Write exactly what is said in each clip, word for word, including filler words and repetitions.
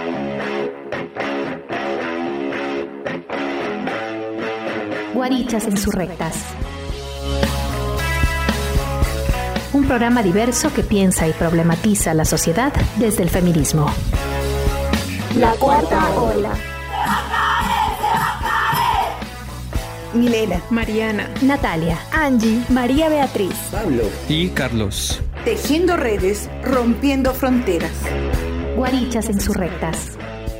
Guarichas Insurrectas. Un programa diverso que piensa y problematiza la sociedad desde el feminismo. La cuarta ola. Milena, Mariana, Natalia, Angie, María Beatriz, Pablo y Carlos. tejiendo redes, rompiendo fronteras. Guarichas Insurrectas.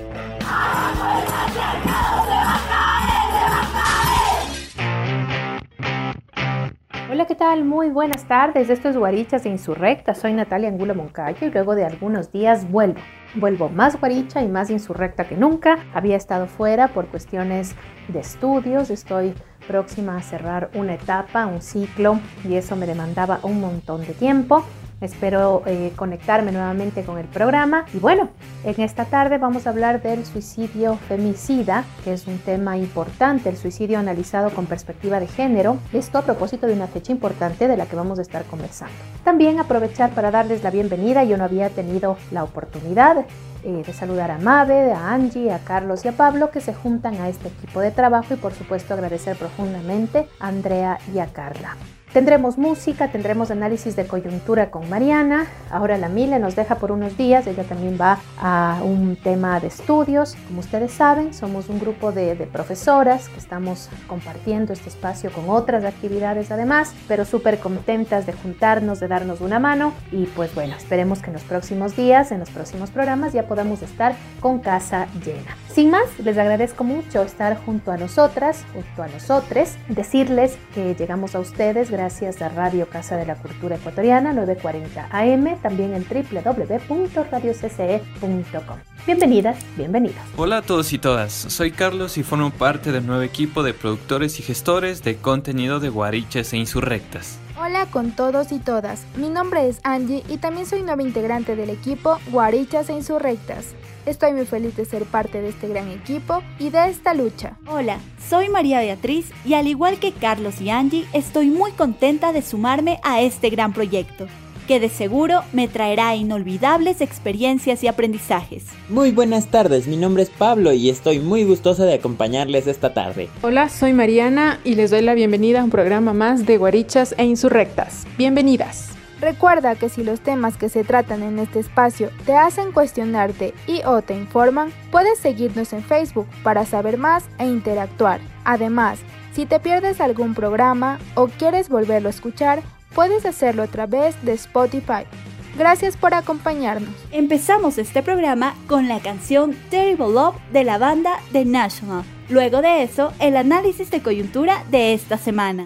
Hola, ¿qué tal? Muy buenas tardes. Esto es Guarichas Insurrectas. Soy Natalia Angulo Moncayo y luego de algunos días vuelvo. Vuelvo más guaricha y más insurrecta que nunca. Había estado fuera por cuestiones de estudios. Estoy próxima a cerrar una etapa, un ciclo, y eso me demandaba un montón de tiempo. Espero eh, conectarme nuevamente con el programa. Y bueno, en esta tarde vamos a hablar del suicidio femicida, que es un tema importante, el suicidio analizado con perspectiva de género. Esto a propósito de una fecha importante de la que vamos a estar conversando. También aprovechar para darles la bienvenida. Yo no había tenido la oportunidad eh, de saludar a Mabe, a Angie, a Carlos y a Pablo, que se juntan a este equipo de trabajo, y por supuesto agradecer profundamente a Andrea y a Carla. Tendremos música, tendremos análisis de coyuntura con Mariana. Ahora la Mile nos deja por unos días, ella también va a un tema de estudios. Como ustedes saben, somos un grupo de, de profesoras que estamos compartiendo este espacio con otras actividades además, pero súper contentas de juntarnos, de darnos una mano. Y pues bueno, esperemos que en los próximos días, en los próximos programas, ya podamos estar con casa llena. Sin más, les agradezco mucho estar junto a nosotras, junto a nosotres, decirles que llegamos a ustedes gracias Gracias a Radio Casa de la Cultura Ecuatoriana novecientos cuarenta A M, también en doble u doble u doble u punto radio c c e punto com. Bienvenidas, bienvenidos. Hola a todos y todas, soy Carlos y formo parte del nuevo equipo de productores y gestores de contenido de Guarichas e Insurrectas. Hola con todos y todas, mi nombre es Angie y también soy nueva integrante del equipo Guarichas e Insurrectas. Estoy muy feliz de ser parte de este gran equipo y de esta lucha. Hola, soy María Beatriz y al igual que Carlos y Angie, estoy muy contenta de sumarme a este gran proyecto, que de seguro me traerá inolvidables experiencias y aprendizajes. Muy buenas tardes, mi nombre es Pablo y estoy muy gustosa de acompañarles esta tarde. Hola, soy Mariana y les doy la bienvenida a un programa más de Guarichas e Insurrectas. Bienvenidas. Recuerda que si los temas que se tratan en este espacio te hacen cuestionarte y o te informan, puedes seguirnos en Facebook para saber más e interactuar. Además, si te pierdes algún programa o quieres volverlo a escuchar, puedes hacerlo a través de Spotify. Gracias por acompañarnos. Empezamos este programa con la canción Terrible Love de la banda The National. Luego de eso, el análisis de coyuntura de esta semana.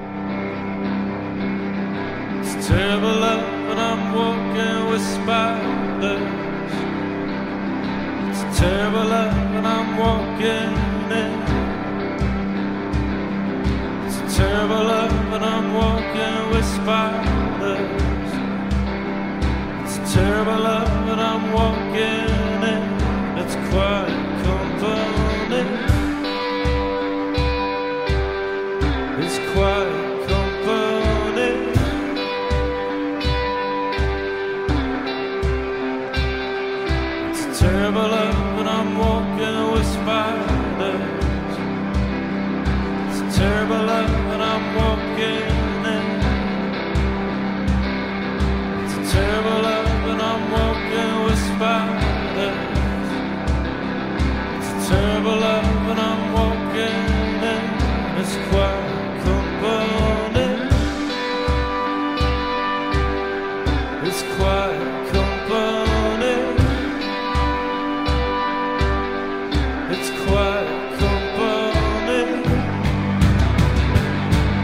It's terrible love when I'm walking with spiders. It's terrible love when I'm walking in. It's terrible love when I'm walking with spiders. It's terrible love when I'm walking in. It's quite company. It's quite terrible love when I'm walking with spiders. It's terrible love when I'm walking in. It's terrible love when I'm walking with spiders. It's terrible love when I'm walking in. It's quite company. It's quite company. It's quite company.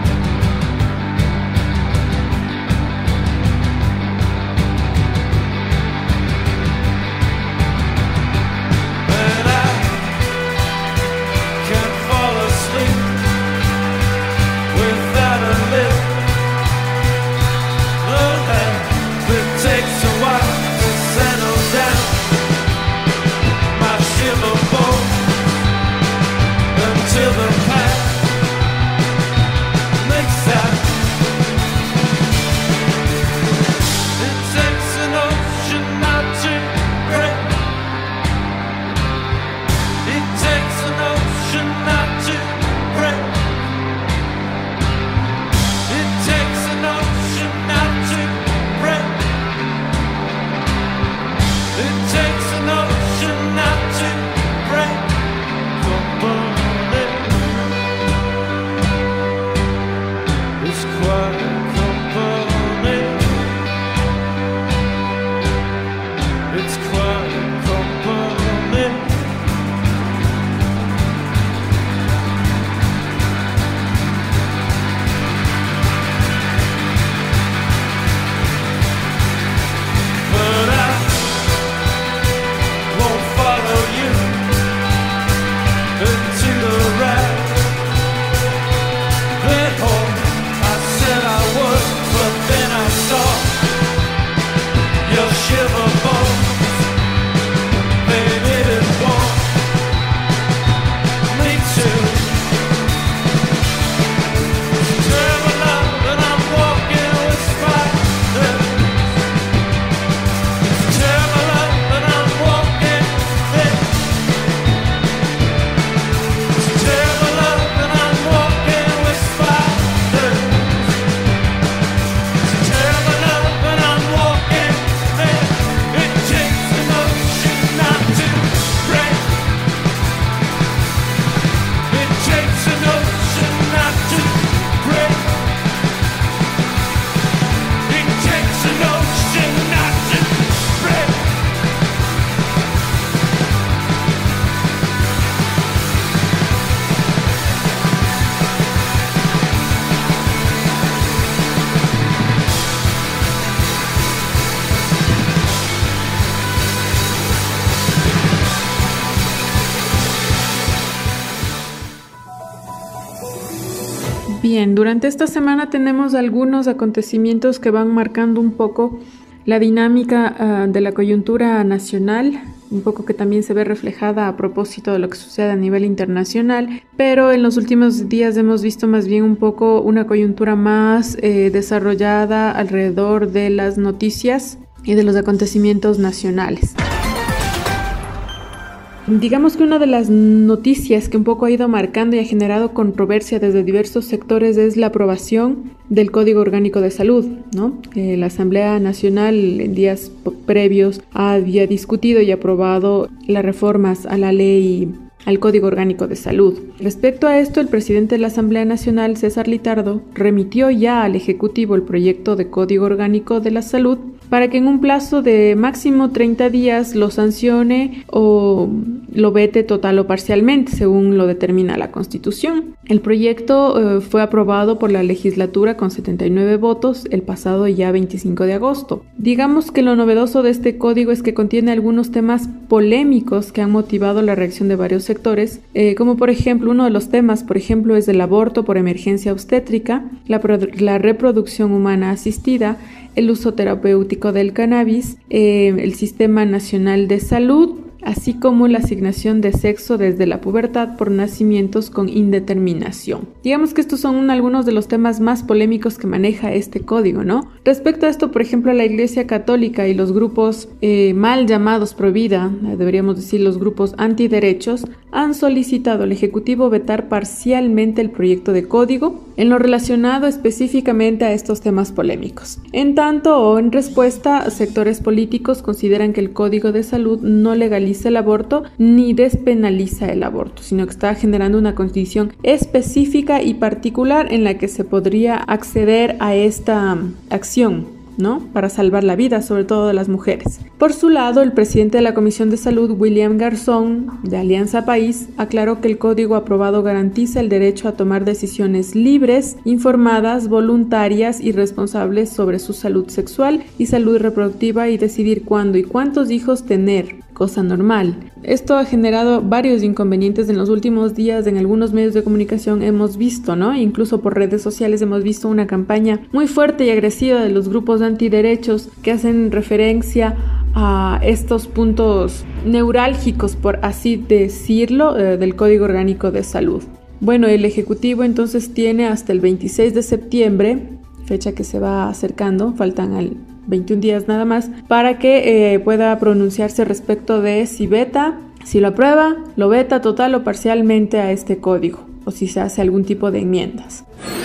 Bien, durante esta semana tenemos algunos acontecimientos que van marcando un poco la dinámica uh, de la coyuntura nacional, un poco que también se ve reflejada a propósito de lo que sucede a nivel internacional, pero en los últimos días hemos visto más bien un poco una coyuntura más eh, desarrollada alrededor de las noticias y de los acontecimientos nacionales. Digamos que una de las noticias que un poco ha ido marcando y ha generado controversia desde diversos sectores es la aprobación del Código Orgánico de Salud, ¿no? Eh, la Asamblea Nacional en días previos había discutido y aprobado las reformas a la ley al Código Orgánico de Salud. Respecto a esto, el presidente de la Asamblea Nacional, César Litardo, remitió ya al Ejecutivo el proyecto de Código Orgánico de la Salud para que en un plazo de máximo treinta días lo sancione o lo vete total o parcialmente, según lo determina la Constitución. El proyecto eh, fue aprobado por la legislatura con setenta y nueve votos el pasado ya veinticinco de agosto. Digamos que lo novedoso de este código es que contiene algunos temas polémicos que han motivado la reacción de varios sectores, eh, como por ejemplo, uno de los temas, por ejemplo, es el aborto por emergencia obstétrica, la, la reproducción humana asistida, el uso terapéutico del cannabis, eh, el Sistema Nacional de Salud, así como la asignación de sexo desde la pubertad por nacimientos con indeterminación. Digamos que estos son algunos de los temas más polémicos que maneja este código, ¿no? Respecto a esto, por ejemplo, la Iglesia Católica y los grupos eh, mal llamados pro vida, deberíamos decir los grupos antiderechos, han solicitado al Ejecutivo vetar parcialmente el proyecto de código en lo relacionado específicamente a estos temas polémicos. En tanto, o en respuesta, sectores políticos consideran que el Código de Salud no legaliza el aborto ni despenaliza el aborto, sino que está generando una condición específica y particular en la que se podría acceder a esta acción, ¿no? Para salvar la vida, sobre todo de las mujeres. Por su lado, el presidente de la Comisión de Salud, William Garzón, de Alianza País, aclaró que el código aprobado garantiza el derecho a tomar decisiones libres, informadas, voluntarias y responsables sobre su salud sexual y salud reproductiva y decidir cuándo y cuántos hijos tener, cosa normal. Esto ha generado varios inconvenientes en los últimos días. En algunos medios de comunicación hemos visto, ¿no? Incluso por redes sociales hemos visto una campaña muy fuerte y agresiva de los grupos antiderechos que hacen referencia a estos puntos neurálgicos, por así decirlo, eh, del Código Orgánico de Salud. Bueno, el Ejecutivo entonces tiene hasta el veintiséis de septiembre, fecha que se va acercando, faltan al veintiún días nada más, para que eh, pueda pronunciarse respecto de si veta, si lo aprueba, lo veta total o parcialmente a este código, o si se hace algún tipo de enmiendas.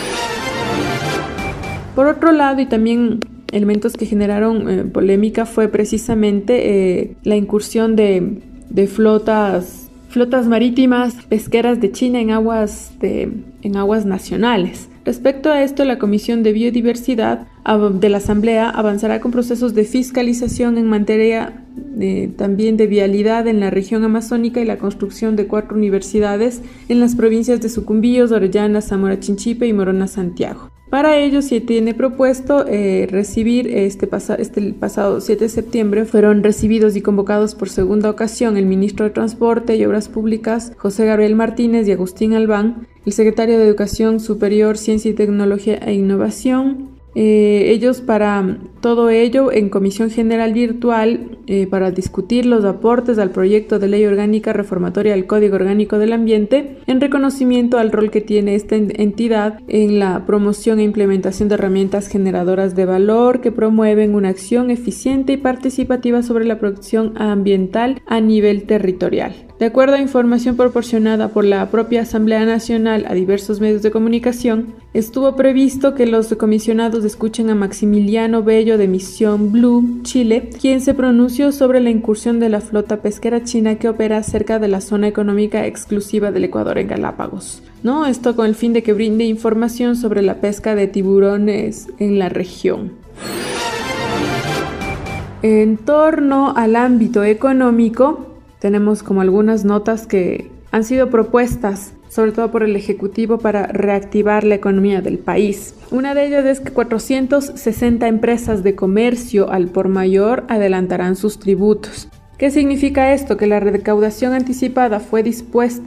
Por otro lado, y también elementos que generaron eh, polémica, fue precisamente eh, la incursión de, de flotas, flotas marítimas pesqueras de China en aguas, de, en aguas nacionales. Respecto a esto, la Comisión de Biodiversidad de la Asamblea avanzará con procesos de fiscalización en materia eh, también de vialidad en la región amazónica y la construcción de cuatro universidades en las provincias de Sucumbíos, Orellana, Zamora Chinchipe y Morona Santiago. Para ello se tiene propuesto eh, recibir este, pasa, este el pasado siete de septiembre fueron recibidos y convocados por segunda ocasión el ministro de Transporte y Obras Públicas José Gabriel Martínez y Agustín Albán, el secretario de Educación Superior, Ciencia y Tecnología e Innovación. Eh, ellos para todo ello en comisión general virtual eh, para discutir los aportes al proyecto de ley orgánica reformatoria al Código Orgánico del Ambiente en reconocimiento al rol que tiene esta entidad en la promoción e implementación de herramientas generadoras de valor que promueven una acción eficiente y participativa sobre la protección ambiental a nivel territorial. De acuerdo a información proporcionada por la propia Asamblea Nacional a diversos medios de comunicación, estuvo previsto que los comisionados escuchen a Maximiliano Bello de Misión Blue, Chile, quien se pronunció sobre la incursión de la flota pesquera china que opera cerca de la zona económica exclusiva del Ecuador en Galápagos. ¿No? Esto con el fin de que brinde información sobre la pesca de tiburones en la región. En torno al ámbito económico, tenemos como algunas notas que han sido propuestas, sobre todo por el Ejecutivo, para reactivar la economía del país. Una de ellas es que cuatrocientas sesenta empresas de comercio al por mayor adelantarán sus tributos. ¿Qué significa esto? Que la recaudación anticipada fue dispuesta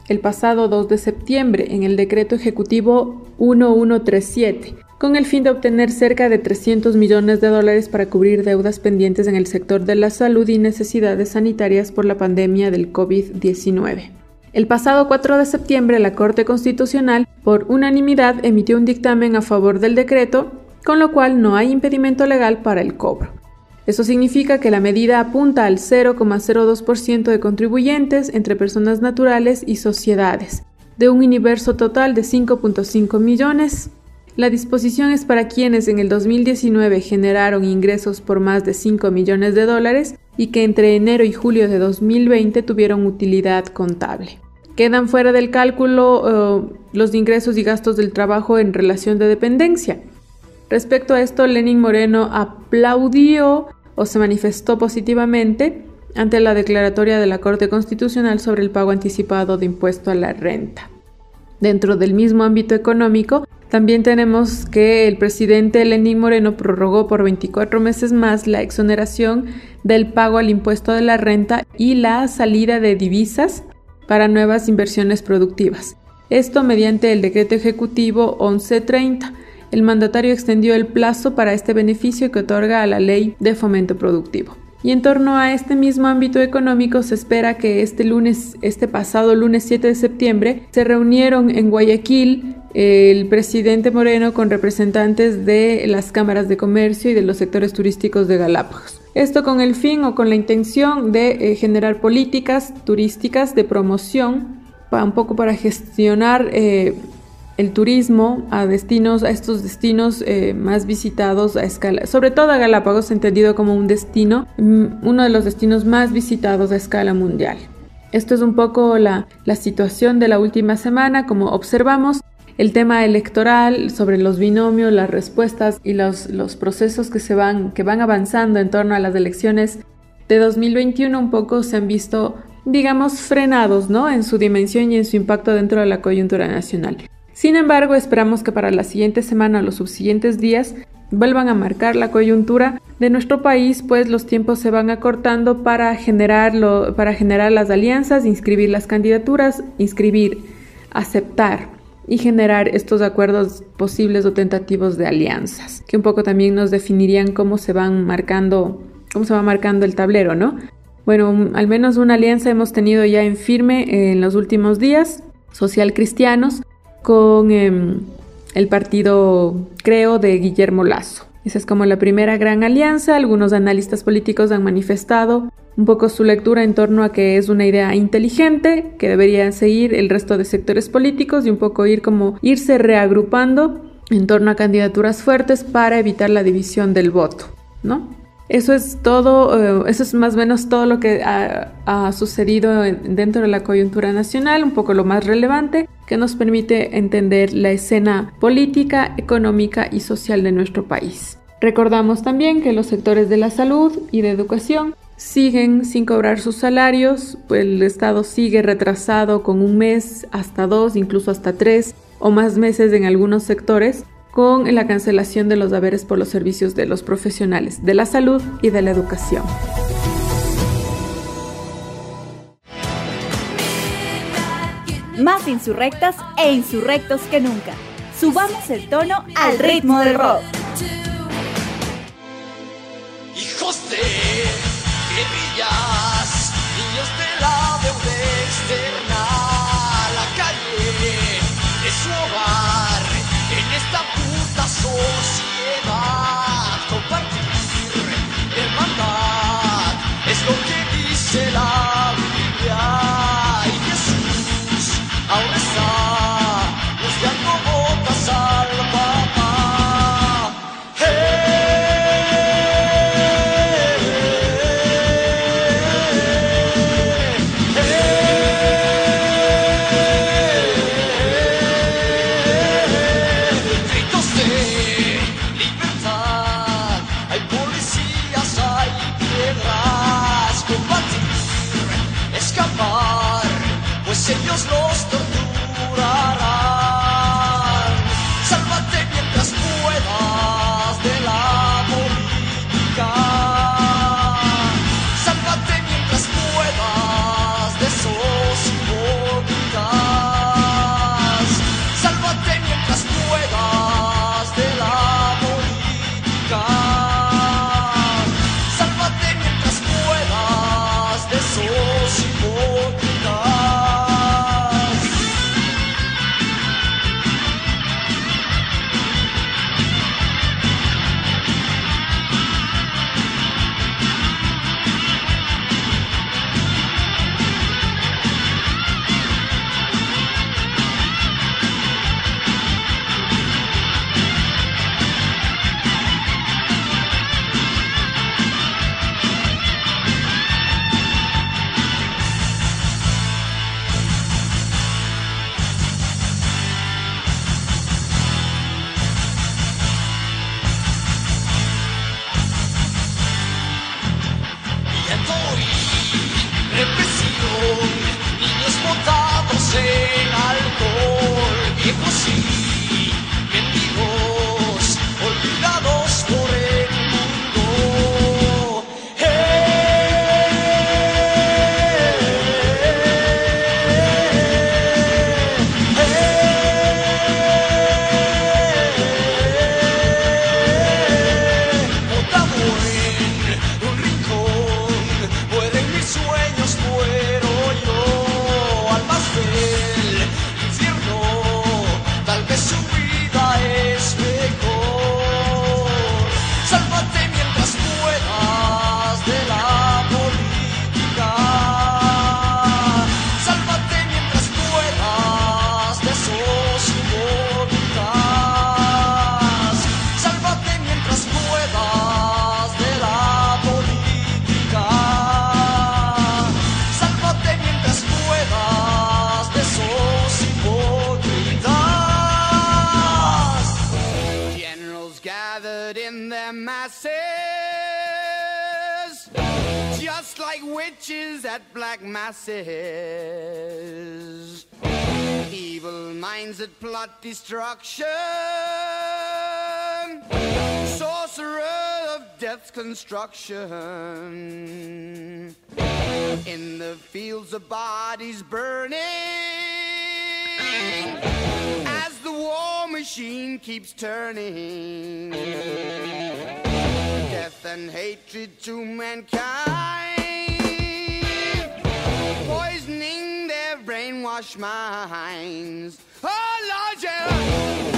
el pasado dos de septiembre en el decreto ejecutivo mil ciento treinta y siete, con el fin de obtener cerca de trescientos millones de dólares para cubrir deudas pendientes en el sector de la salud y necesidades sanitarias por la pandemia del COVID diecinueve. El pasado cuatro de septiembre, la Corte Constitucional, por unanimidad, emitió un dictamen a favor del decreto, con lo cual no hay impedimento legal para el cobro. Eso significa que la medida apunta al cero coma cero dos por ciento de contribuyentes entre personas naturales y sociedades, de un universo total de cinco punto cinco millones. La disposición es para quienes en el dos mil diecinueve generaron ingresos por más de cinco millones de dólares y que entre enero y julio de dos mil veinte tuvieron utilidad contable. Quedan fuera del cálculo uh, los ingresos y gastos del trabajo en relación de dependencia. Respecto a esto, Lenín Moreno aplaudió o se manifestó positivamente ante la declaratoria de la Corte Constitucional sobre el pago anticipado de impuesto a la renta. Dentro del mismo ámbito económico, también tenemos que el presidente Lenín Moreno prorrogó por veinticuatro meses más la exoneración del pago al impuesto de la renta y la salida de divisas para nuevas inversiones productivas. Esto mediante el decreto ejecutivo once treinta. El mandatario extendió el plazo para este beneficio que otorga a la Ley de Fomento Productivo. Y en torno a este mismo ámbito económico se espera que este lunes, este pasado lunes siete de septiembre, se reunieron en Guayaquil el presidente Moreno con representantes de las cámaras de comercio y de los sectores turísticos de Galápagos. Esto con el fin o con la intención de eh, generar políticas turísticas de promoción, para, un poco para gestionar eh, el turismo a destinos, a estos destinos eh, más visitados a escala, sobre todo a Galápagos, entendido como un destino, uno de los destinos más visitados a escala mundial. Esto es un poco la, la situación de la última semana. Como observamos, el tema electoral, sobre los binomios, las respuestas y los, los procesos que se van, que van avanzando en torno a las elecciones de dos mil veintiuno un poco se han visto, digamos, frenados, ¿no?, en su dimensión y en su impacto dentro de la coyuntura nacional. Sin embargo, esperamos que para la siguiente semana o los subsiguientes días vuelvan a marcar la coyuntura de nuestro país, pues los tiempos se van acortando para, generarlo, para generar las alianzas, inscribir las candidaturas, inscribir, aceptar y generar estos acuerdos posibles o tentativos de alianzas, que un poco también nos definirían cómo se van marcando, cómo se va marcando el tablero, ¿no? Bueno, un, al menos una alianza hemos tenido ya en firme en los últimos días, Social Cristianos, con eh, el partido Creo de Guillermo Lasso. Esa es como la primera gran alianza. Algunos analistas políticos han manifestado un poco su lectura en torno a que es una idea inteligente, que deberían seguir el resto de sectores políticos y un poco ir como irse reagrupando en torno a candidaturas fuertes para evitar la división del voto, ¿no? Eso es todo, eh, eso es más o menos todo lo que ha, ha sucedido en, dentro de la coyuntura nacional, un poco lo más relevante, que nos permite entender la escena política, económica y social de nuestro país. Recordamos también que los sectores de la salud y de educación siguen sin cobrar sus salarios, pues el Estado sigue retrasado con un mes, hasta dos, incluso hasta tres o más meses en algunos sectores, con la cancelación de los haberes por los servicios de los profesionales de la salud y de la educación. Más insurrectas e insurrectos que nunca. Subamos el tono al ritmo del rock. Hijos de guerrillas, niños de la deuda externa, la calle es su hogar en esta puta sociedad. Compartir hermandad es lo que dice la Biblia, y Jesús ahora está buscando botas al papá. ¡Hey! Ellos los torturarán. Sálvate mientras puedas de la política. Sálvate mientras puedas de esos hipócritas. witches at black masses, evil minds that plot destruction, sorcerer of death's construction, in the fields of bodies burning, as the war machine keeps turning, death and hatred to mankind, poisoning their brainwashed minds. Oh Lord, yeah.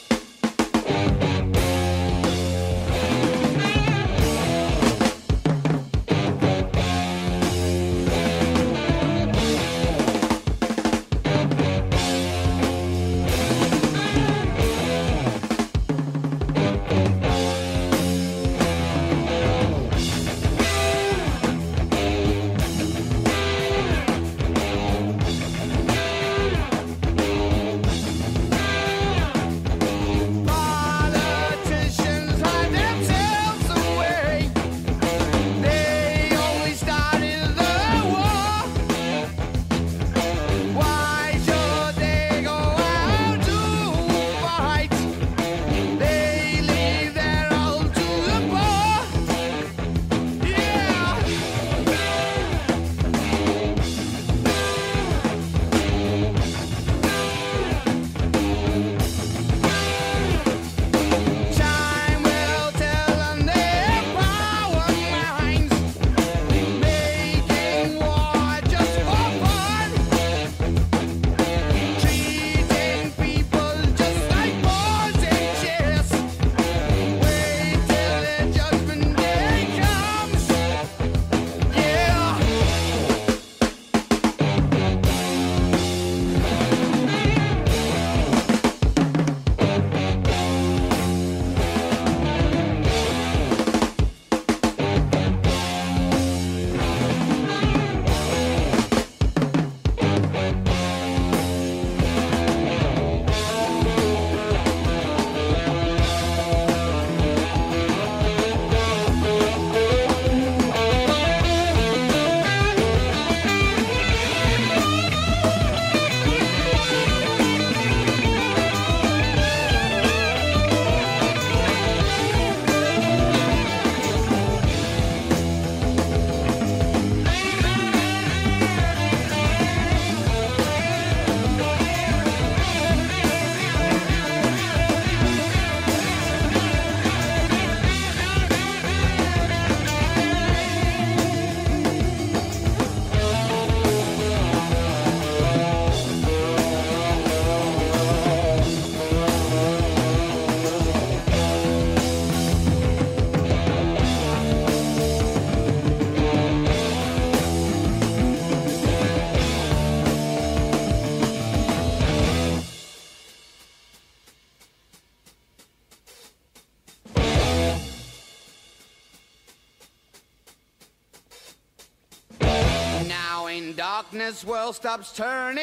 Darkness world stops turning,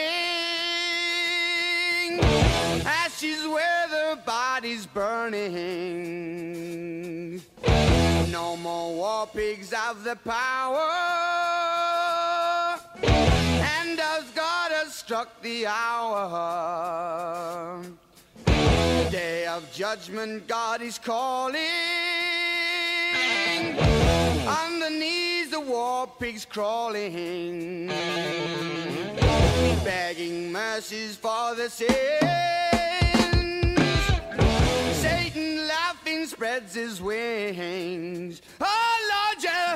ashes where the body's burning. No more war pigs have the power, and as God has struck the hour, day of judgment God is calling. Underneath the war pigs crawling, begging mercies for the sins. Satan laughing spreads his wings. Oh Lord, yeah.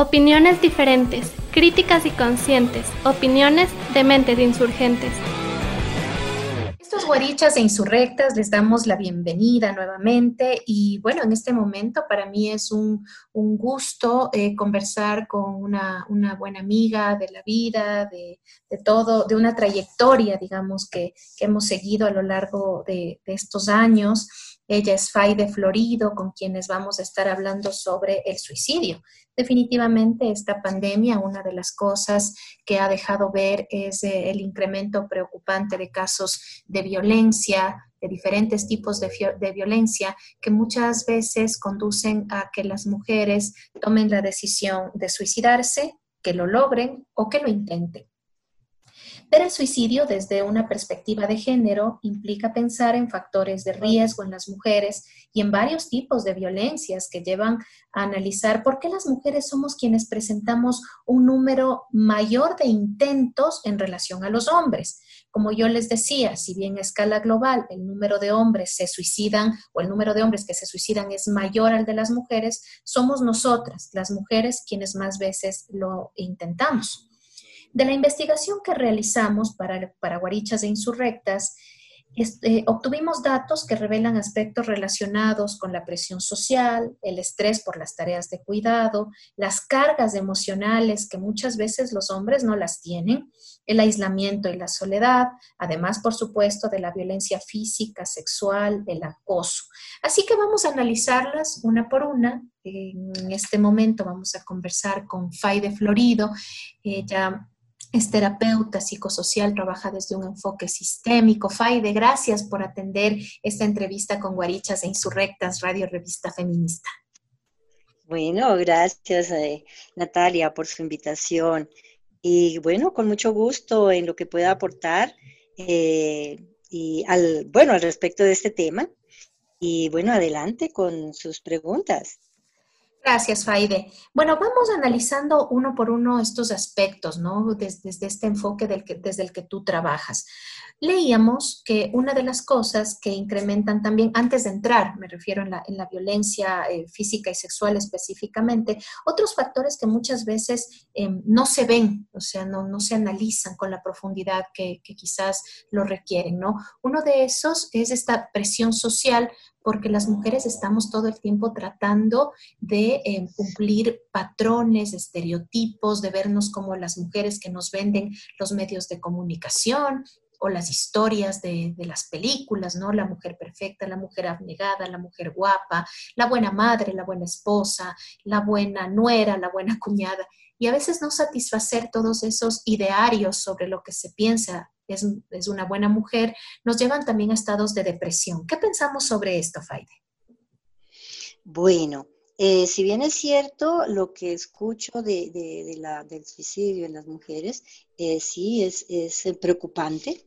Opiniones diferentes, críticas y conscientes, opiniones de mentes insurgentes. Estos guarichas e insurrectas les damos la bienvenida nuevamente y bueno, en este momento para mí es un, un gusto eh, conversar con una, una buena amiga de la vida, de, de todo, de una trayectoria, digamos, que, que hemos seguido a lo largo de, de estos años. Ella es Faide Florido, con quienes vamos a estar hablando sobre el suicidio. Definitivamente esta pandemia, una de las cosas que ha dejado ver es eh, el incremento preocupante de casos de violencia, de diferentes tipos de, de violencia, que muchas veces conducen a que las mujeres tomen la decisión de suicidarse, que lo logren o que lo intenten. Ver el suicidio desde una perspectiva de género implica pensar en factores de riesgo en las mujeres y en varios tipos de violencias que llevan a analizar por qué las mujeres somos quienes presentamos un número mayor de intentos en relación a los hombres. Como yo les decía, si bien a escala global el número de hombres se suicidan o el número de hombres que se suicidan es mayor al de las mujeres, somos nosotras, las mujeres, quienes más veces lo intentamos. De la investigación que realizamos para, para Guarichas e Insurrectas, este, obtuvimos datos que revelan aspectos relacionados con la presión social, el estrés por las tareas de cuidado, las cargas emocionales que muchas veces los hombres no las tienen, el aislamiento y la soledad, además, por supuesto, de la violencia física, sexual, el acoso. Así que vamos a analizarlas una por una. En este momento vamos a conversar con Faide Florido. Ella es terapeuta psicosocial, trabaja desde un enfoque sistémico. Faide, gracias por atender esta entrevista con Guarichas e Insurrectas, Radio Revista Feminista. Bueno, gracias eh, Natalia por su invitación. Y bueno, con mucho gusto en lo que pueda aportar eh, y al, bueno, al respecto de este tema. Y bueno, adelante con sus preguntas. Gracias, Faide. Bueno, vamos analizando uno por uno estos aspectos, ¿no? Desde, desde este enfoque del que, desde el que tú trabajas. Leíamos que una de las cosas que incrementan también, antes de entrar, me refiero en la, en la violencia eh, física y sexual específicamente, otros factores que muchas veces eh, no se ven, o sea, no, no se analizan con la profundidad que, que quizás lo requieren, ¿no? Uno de esos es esta presión social, porque las mujeres estamos todo el tiempo tratando de eh, cumplir patrones, estereotipos, de vernos como las mujeres que nos venden los medios de comunicación o las historias de, de las películas, ¿no? La mujer perfecta, la mujer abnegada, la mujer guapa, la buena madre, la buena esposa, la buena nuera, la buena cuñada. Y a veces no satisfacer todos esos idearios sobre lo que se piensa Es, es una buena mujer, nos llevan también a estados de depresión. ¿Qué pensamos sobre esto, Faide? Bueno, eh, si bien es cierto lo que escucho de, de, de la, del suicidio en las mujeres, eh, sí es, es preocupante.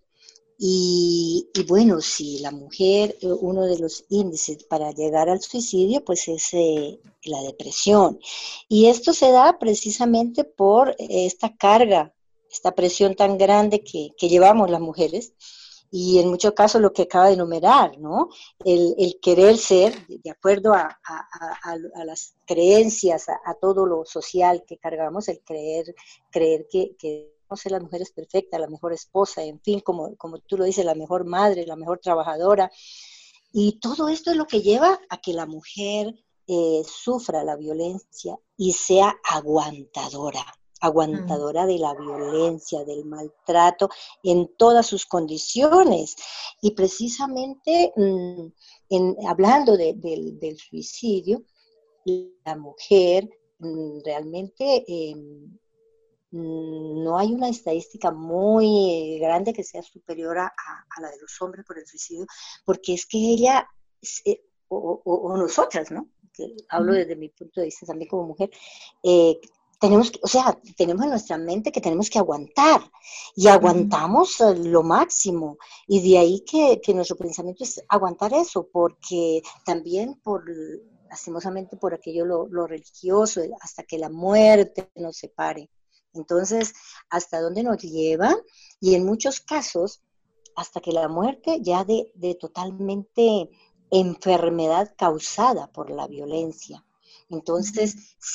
Y, y bueno, si la mujer, uno de los índices para llegar al suicidio, pues es eh, la depresión. Y esto se da precisamente por esta carga, esta presión tan grande que, que llevamos las mujeres, y en muchos casos lo que acaba de enumerar, ¿no? El, el querer ser, de acuerdo a, a, a, a las creencias, a, a todo lo social que cargamos, el creer, creer que, que debemos ser las mujeres perfectas, la mejor esposa, en fin, como, como tú lo dices, la mejor madre, la mejor trabajadora, y todo esto es lo que lleva a que la mujer eh, sufra la violencia y sea aguantadora. aguantadora de la violencia, del maltrato, en todas sus condiciones. Y precisamente, mmm, en, hablando de, de, del suicidio, la mujer mmm, realmente eh, no hay una estadística muy grande que sea superior a, a la de los hombres por el suicidio, porque es que ella, eh, o, o, o nosotras, ¿no? Que hablo desde mi punto de vista también como mujer, eh, Tenemos que, o sea, tenemos en nuestra mente que tenemos que aguantar y aguantamos uh-huh. lo máximo, y de ahí que, que nuestro pensamiento es aguantar eso, porque también por, lastimosamente por aquello lo, lo religioso, hasta que la muerte nos separe. Entonces, ¿hasta dónde nos lleva? Y en muchos casos, hasta que la muerte ya de, de totalmente enfermedad causada por la violencia. Entonces, uh-huh. sí,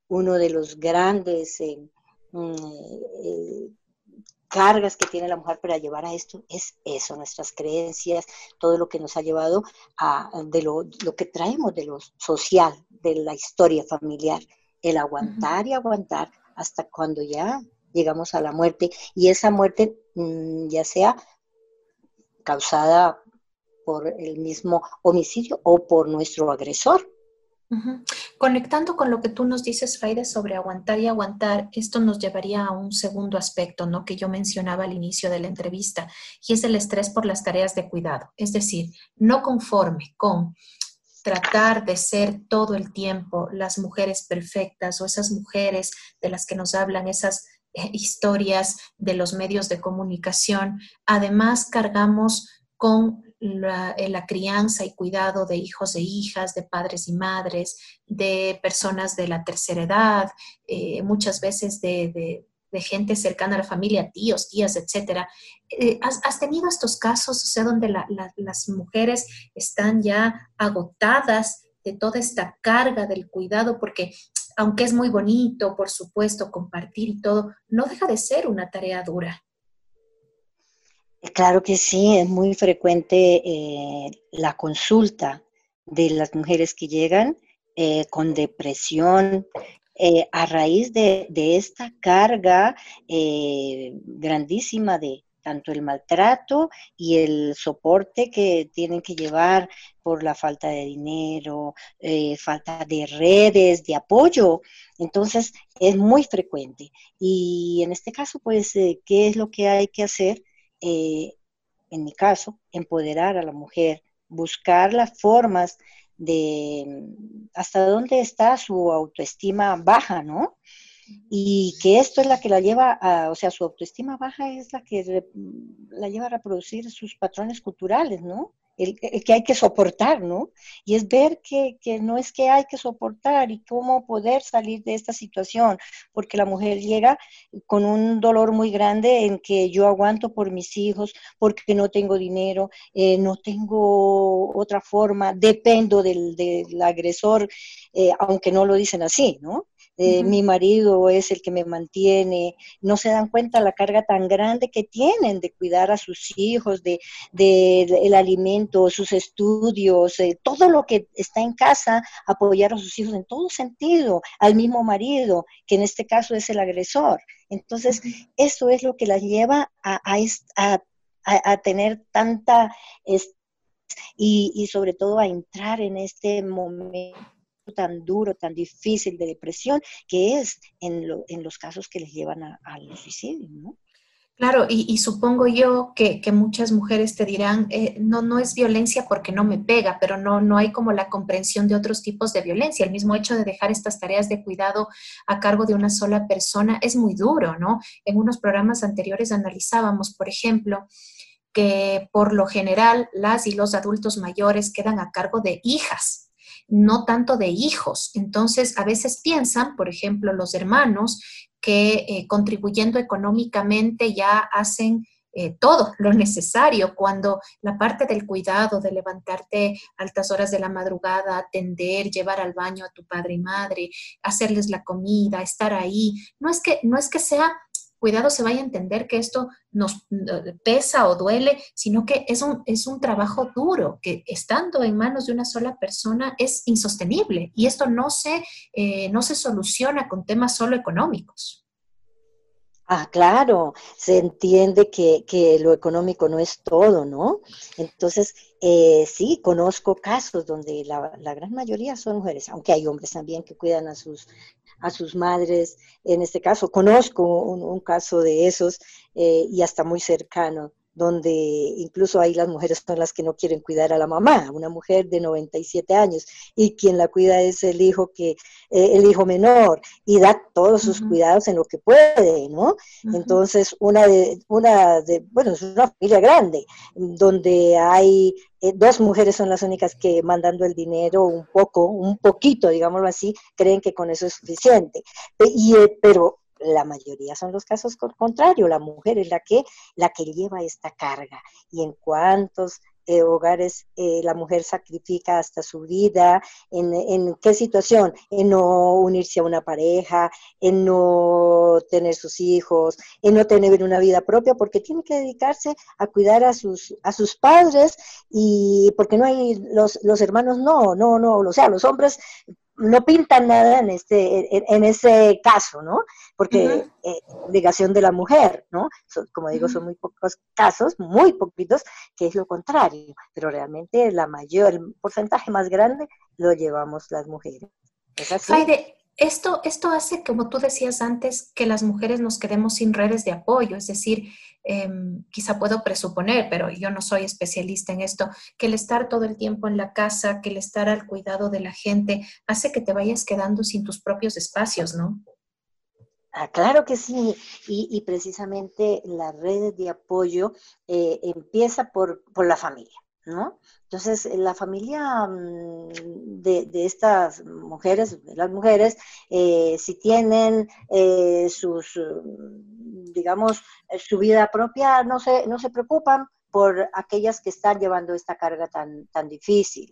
uno de los grandes eh, eh, cargas que tiene la mujer para llevar a esto es eso, nuestras creencias, todo lo que nos ha llevado a de lo, lo que traemos de lo social, de la historia familiar, el aguantar uh-huh. y aguantar hasta cuando ya llegamos a la muerte, y esa muerte mmm, ya sea causada por el mismo homicidio o por nuestro agresor. Uh-huh. Conectando con lo que tú nos dices, Fraide, sobre aguantar y aguantar, esto nos llevaría a un segundo aspecto, ¿no?, que yo mencionaba al inicio de la entrevista, y es el estrés por las tareas de cuidado. Es decir, no conforme con tratar de ser todo el tiempo las mujeres perfectas o esas mujeres de las que nos hablan esas eh, historias de los medios de comunicación, además cargamos con La, la crianza y cuidado de hijos e hijas, de padres y madres, de personas de la tercera edad, eh, muchas veces de, de, de gente cercana a la familia, tíos, tías, etcétera. Eh, ¿has, ¿Has tenido estos casos, o sea, donde la, la, las mujeres están ya agotadas de toda esta carga del cuidado? Porque aunque es muy bonito, por supuesto, compartir y todo, no deja de ser una tarea dura. Claro que sí, es muy frecuente eh, la consulta de las mujeres que llegan eh, con depresión eh, a raíz de, de esta carga eh, grandísima de tanto el maltrato y el soporte que tienen que llevar por la falta de dinero, eh, falta de redes de apoyo. Entonces es muy frecuente. Y en este caso, pues, eh, ¿qué es lo que hay que hacer? Eh, en mi caso, empoderar a la mujer, buscar las formas de hasta dónde está su autoestima baja, ¿no? Y que esto es la que la lleva a, o sea, su autoestima baja es la que re, la lleva a reproducir sus patrones culturales, ¿no? El, el que hay que soportar, ¿no? Y es ver que, que no es que hay que soportar y cómo poder salir de esta situación, porque la mujer llega con un dolor muy grande en que yo aguanto por mis hijos, porque no tengo dinero, eh, no tengo otra forma, dependo del, del agresor, eh, aunque no lo dicen así, ¿no? Eh, uh-huh. Mi marido es el que me mantiene, no se dan cuenta la carga tan grande que tienen de cuidar a sus hijos, de, de, de el alimento, sus estudios, eh, todo lo que está en casa, apoyar a sus hijos en todo sentido, al mismo marido, que en este caso es el agresor. Entonces, uh-huh. eso es lo que las lleva a, a, a, a, a tener tanta, es, y, y sobre todo a entrar en este momento tan duro, tan difícil de depresión, que es en, lo, en los casos que les llevan a, al suicidio, ¿no? Claro, y, y supongo yo que, que muchas mujeres te dirán, eh, no, no es violencia porque no me pega, pero no, no hay como la comprensión de otros tipos de violencia. El mismo hecho de dejar estas tareas de cuidado a cargo de una sola persona es muy duro, ¿no? En unos programas anteriores analizábamos, por ejemplo, que por lo general las y los adultos mayores quedan a cargo de hijas, no tanto de hijos. Entonces, a veces piensan, por ejemplo, los hermanos, que eh, contribuyendo económicamente ya hacen eh, todo lo necesario, cuando la parte del cuidado, de levantarte a altas horas de la madrugada, atender, llevar al baño a tu padre y madre, hacerles la comida, estar ahí, no es que, no es que sea... Cuidado, se vaya a entender que esto nos pesa o duele, sino que es un, es un trabajo duro, que estando en manos de una sola persona es insostenible, y esto no se, eh, no se soluciona con temas solo económicos. Ah, claro, se entiende que, que lo económico no es todo, ¿no? Entonces, eh, sí, conozco casos donde la, la gran mayoría son mujeres, aunque hay hombres también que cuidan a sus, a sus madres. En este caso, conozco un, un caso de esos eh, y hasta muy cercano, donde incluso ahí las mujeres son las que no quieren cuidar a la mamá, una mujer de noventa y siete años, y quien la cuida es el hijo que eh, el hijo menor, y da todos sus uh-huh. cuidados en lo que puede, ¿no? Uh-huh. Entonces, una de, una de, bueno, es una familia grande, donde hay eh, dos mujeres son las únicas que mandando el dinero un poco, un poquito, digámoslo así, creen que con eso es suficiente, y, eh, pero la mayoría son los casos contrarios, la mujer es la que, la que lleva esta carga. Y en cuántos eh, hogares eh, la mujer sacrifica hasta su vida, en, en qué situación, en no unirse a una pareja, en no tener sus hijos, en no tener una vida propia, porque tiene que dedicarse a cuidar a sus, a sus padres, y porque no hay, los, los hermanos no, no, no, o sea, los hombres no pintan nada en este, en, en ese caso, ¿no? Porque uh-huh. eh, obligación de la mujer, ¿no? So, como digo, uh-huh. son muy pocos casos, muy poquitos, que es lo contrario, pero realmente la mayor, el porcentaje más grande lo llevamos las mujeres. ¿Es así? Faide, esto, esto hace, como tú decías antes, que las mujeres nos quedemos sin redes de apoyo, es decir, eh, quizá puedo presuponer, pero yo no soy especialista en esto, que el estar todo el tiempo en la casa, que el estar al cuidado de la gente, hace que te vayas quedando sin tus propios espacios, ¿no? Ah, claro que sí, y, y precisamente las redes de apoyo eh, empieza por, por la familia, ¿no? Entonces, la familia de, de estas mujeres, de las mujeres, eh, si tienen eh, sus, digamos, su vida propia, no se, no se preocupan por aquellas que están llevando esta carga tan, tan difícil.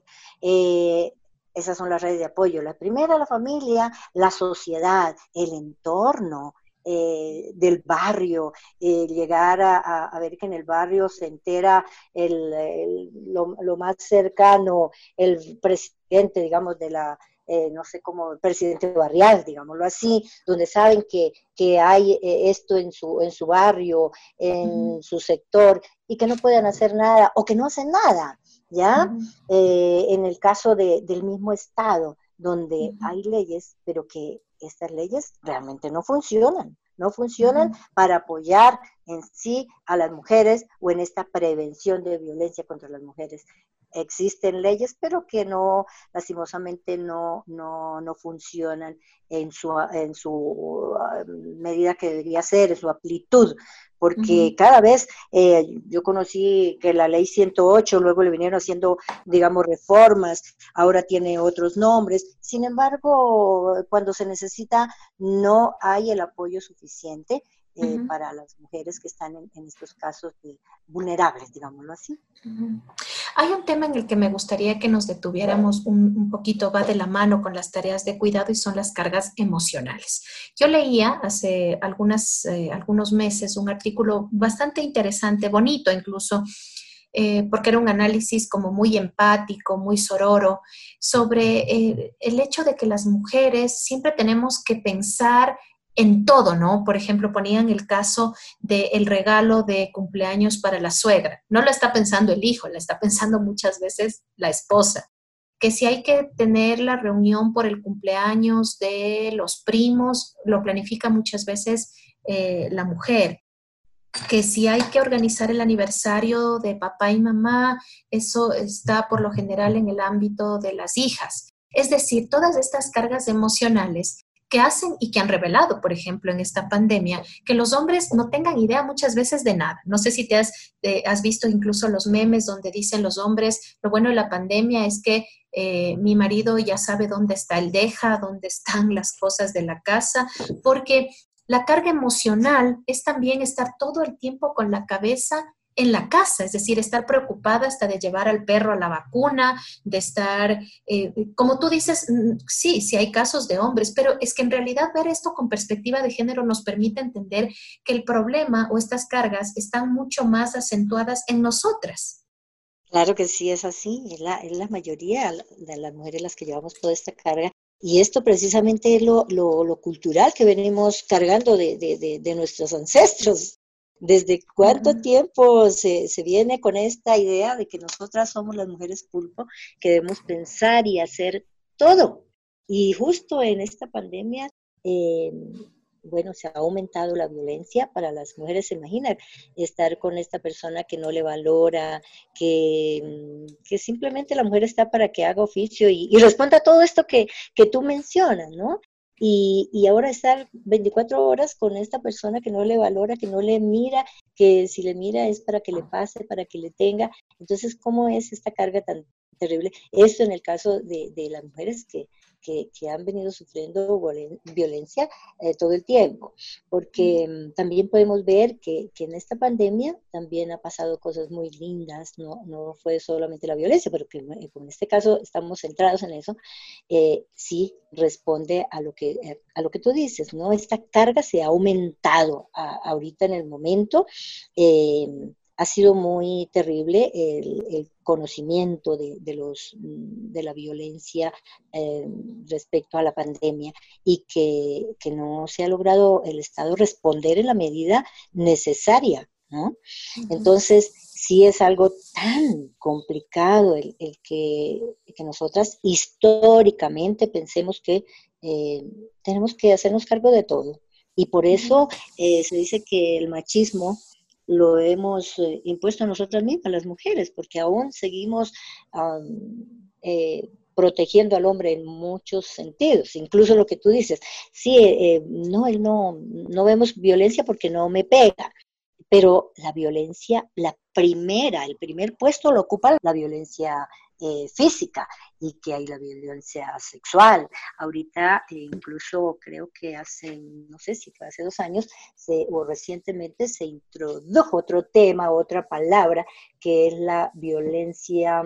Eh, Esas son las redes de apoyo. La primera, la familia, la sociedad, el entorno eh, del barrio, eh, llegar a, a, a ver que en el barrio se entera el, el, lo, lo más cercano, el presidente, digamos, de la, eh, no sé cómo, el presidente barrial, digámoslo así, donde saben que, que hay eh, esto en su, en su barrio, en uh-huh. su sector, y que no pueden hacer nada, o que no hacen nada. ¿Ya? Uh-huh. Eh, en el caso de, del mismo Estado, donde uh-huh. hay leyes, pero que estas leyes realmente no funcionan, no funcionan uh-huh. para apoyar en sí a las mujeres o en esta prevención de violencia contra las mujeres. Existen leyes, pero que no, lastimosamente no, no, no funcionan en su, en su medida que debería ser, en su amplitud, porque uh-huh. cada vez, eh, yo conocí que la ley ciento ocho, luego le vinieron haciendo, digamos, reformas, ahora tiene otros nombres, sin embargo, cuando se necesita, no hay el apoyo suficiente eh, uh-huh. para las mujeres que están en, en estos casos de vulnerables, digámoslo así. Uh-huh. Hay un tema en el que me gustaría que nos detuviéramos un, un poquito, va de la mano con las tareas de cuidado, y son las cargas emocionales. Yo leía hace algunas, eh, algunos meses un artículo bastante interesante, bonito incluso, eh, porque era un análisis como muy empático, muy sororo, sobre eh, el hecho de que las mujeres siempre tenemos que pensar en todo, ¿no? Por ejemplo, ponían el caso del regalo de cumpleaños para la suegra. No lo está pensando el hijo, la está pensando muchas veces la esposa. Que si hay que tener la reunión por el cumpleaños de los primos, lo planifica muchas veces eh, la mujer. Que si hay que organizar el aniversario de papá y mamá, eso está por lo general en el ámbito de las hijas. Es decir, todas estas cargas emocionales que hacen y que han revelado, por ejemplo, en esta pandemia, que los hombres no tengan idea muchas veces de nada. No sé si te has, eh, has visto incluso los memes donde dicen los hombres, lo bueno de la pandemia es que eh, mi marido ya sabe dónde está el deja, dónde están las cosas de la casa, porque la carga emocional es también estar todo el tiempo con la cabeza en la casa, es decir, estar preocupada hasta de llevar al perro a la vacuna, de estar, eh, como tú dices, sí, sí hay casos de hombres, pero es que en realidad ver esto con perspectiva de género nos permite entender que el problema o estas cargas están mucho más acentuadas en nosotras. Claro que sí, es así, es la, es la mayoría de las mujeres las que llevamos toda esta carga. Y esto precisamente es lo, lo, lo cultural que venimos cargando de, de, de, de nuestros ancestros. ¿Desde cuánto uh-huh. tiempo se, se viene con esta idea de que nosotras somos las mujeres pulpo, que debemos pensar y hacer todo? Y justo en esta pandemia, eh, bueno, se ha aumentado la violencia para las mujeres. Se imagina estar con esta persona que no le valora, que, que simplemente la mujer está para que haga oficio y, y responda a todo esto que, que tú mencionas, ¿no? Y, y ahora estar veinticuatro horas con esta persona que no le valora, que no le mira, que si le mira es para que le pase, para que le tenga. Entonces, ¿cómo es esta carga tan terrible? Esto en el caso de, de las mujeres que, que, que han venido sufriendo violencia eh, todo el tiempo, porque mm, también podemos ver que, que en esta pandemia también ha pasado cosas muy lindas, no, no fue solamente la violencia, pero que como en este caso estamos centrados en eso, eh, sí responde a lo que, a lo que tú dices, ¿no? Esta carga se ha aumentado a, ahorita en el momento, eh, ha sido muy terrible el, el conocimiento de, de, los, de la violencia eh, respecto a la pandemia y que, que no se ha logrado el Estado responder en la medida necesaria, ¿no? Uh-huh. Entonces, sí es algo tan complicado el, el que, que nosotras históricamente pensemos que eh, tenemos que hacernos cargo de todo. Y por eso eh, se dice que el machismo lo hemos eh, impuesto a nosotras mismas, las mujeres, porque aún seguimos um, eh, protegiendo al hombre en muchos sentidos, incluso lo que tú dices, sí, eh, no, él no, no vemos violencia porque no me pega, pero la violencia, la primera, el primer puesto lo ocupa la violencia eh, física, y que hay la violencia sexual. Ahorita eh, incluso creo que hace, no sé si fue hace dos años, se, o recientemente se introdujo otro tema, otra palabra, que es la violencia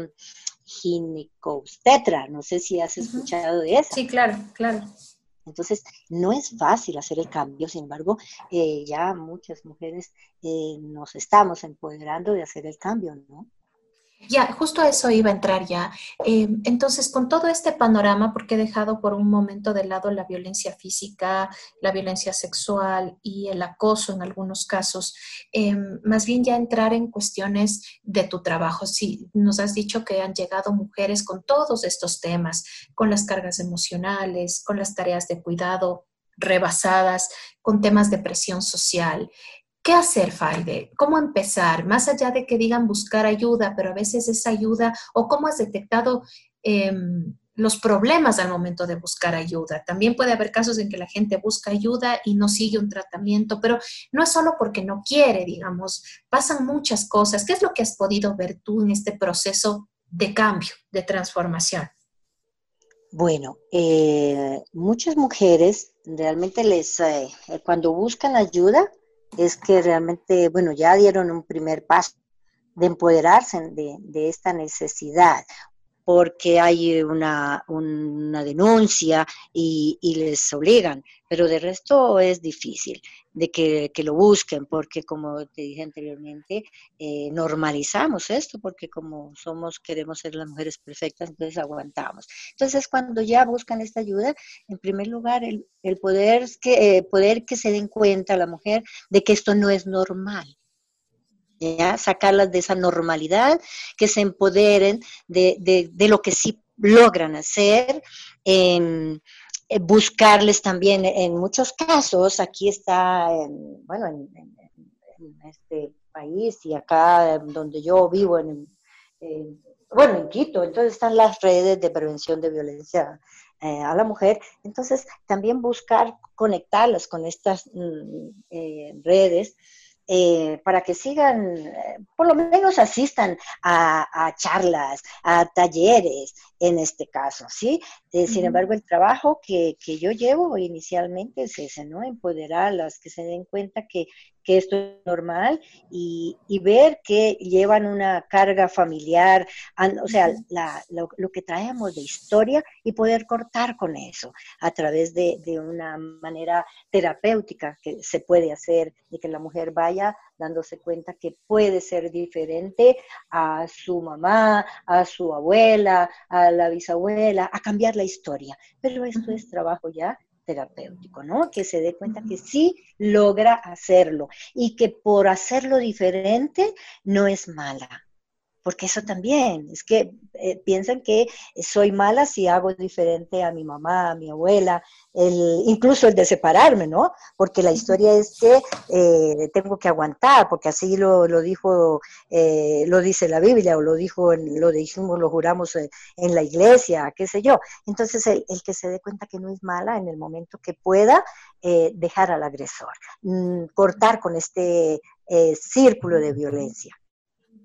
ginecobstetra. No sé si has escuchado de eso. Sí, claro, claro. Entonces, no es fácil hacer el cambio, sin embargo, eh, ya muchas mujeres eh, nos estamos empoderando de hacer el cambio, ¿no? Ya, justo a eso iba a entrar ya. Eh, entonces, con todo este panorama, porque he dejado por un momento de lado la violencia física, la violencia sexual y el acoso en algunos casos, eh, más bien ya entrar en cuestiones de tu trabajo. Sí, nos has dicho que han llegado mujeres con todos estos temas, con las cargas emocionales, con las tareas de cuidado rebasadas, con temas de presión social. ¿Qué hacer, Faide? ¿Cómo empezar? Más allá de que digan buscar ayuda, pero a veces esa ayuda, o cómo has detectado eh, los problemas al momento de buscar ayuda. También puede haber casos en que la gente busca ayuda y no sigue un tratamiento, pero no es solo porque no quiere, digamos, pasan muchas cosas. ¿Qué es lo que has podido ver tú en este proceso de cambio, de transformación? Bueno, eh, muchas mujeres realmente les, eh, cuando buscan ayuda, es que realmente, bueno, ya dieron un primer paso de empoderarse de, de esta necesidad, porque hay una, una denuncia y, y les obligan, pero de resto es difícil de que, que lo busquen, porque como te dije anteriormente, eh, normalizamos esto, porque como somos, queremos ser las mujeres perfectas, entonces aguantamos. Entonces cuando ya buscan esta ayuda, en primer lugar, el, el poder, que, eh, poder que se den cuenta la mujer de que esto no es normal. ¿Ya? Sacarlas de esa normalidad, que se empoderen de, de, de lo que sí logran hacer, eh, eh, buscarles también en muchos casos, aquí está, en, bueno, en, en, en este país y acá donde yo vivo, en, en, bueno, en Quito, entonces están las redes de prevención de violencia eh, a la mujer, entonces también buscar conectarlas con estas mm, eh, redes, Eh, para que sigan, eh, por lo menos asistan a, a charlas, a talleres, en este caso, ¿sí? Eh, uh-huh. Sin embargo, el trabajo que, que yo llevo inicialmente es ese, ¿no? Empoderar a las que se den cuenta que, que esto es normal y, y ver que llevan una carga familiar, o sea, la, lo, lo que traemos de historia y poder cortar con eso a través de, de una manera terapéutica que se puede hacer, de que la mujer vaya dándose cuenta que puede ser diferente a su mamá, a su abuela, a la bisabuela, a cambiar la historia. Pero esto es trabajo ya terapéutico, ¿no? Que se dé cuenta que sí logra hacerlo y que por hacerlo diferente no es mala. Porque eso también, es que eh, piensan que soy mala si hago diferente a mi mamá, a mi abuela, el, incluso el de separarme, ¿no? Porque la historia es que eh, tengo que aguantar, porque así lo, lo dijo, eh, lo dice la Biblia, o lo dijo, en, lo dijimos, lo juramos en, en la iglesia, qué sé yo. Entonces, el, el que se dé cuenta que no es mala en el momento que pueda eh, dejar al agresor, mm, cortar con este eh, círculo de violencia.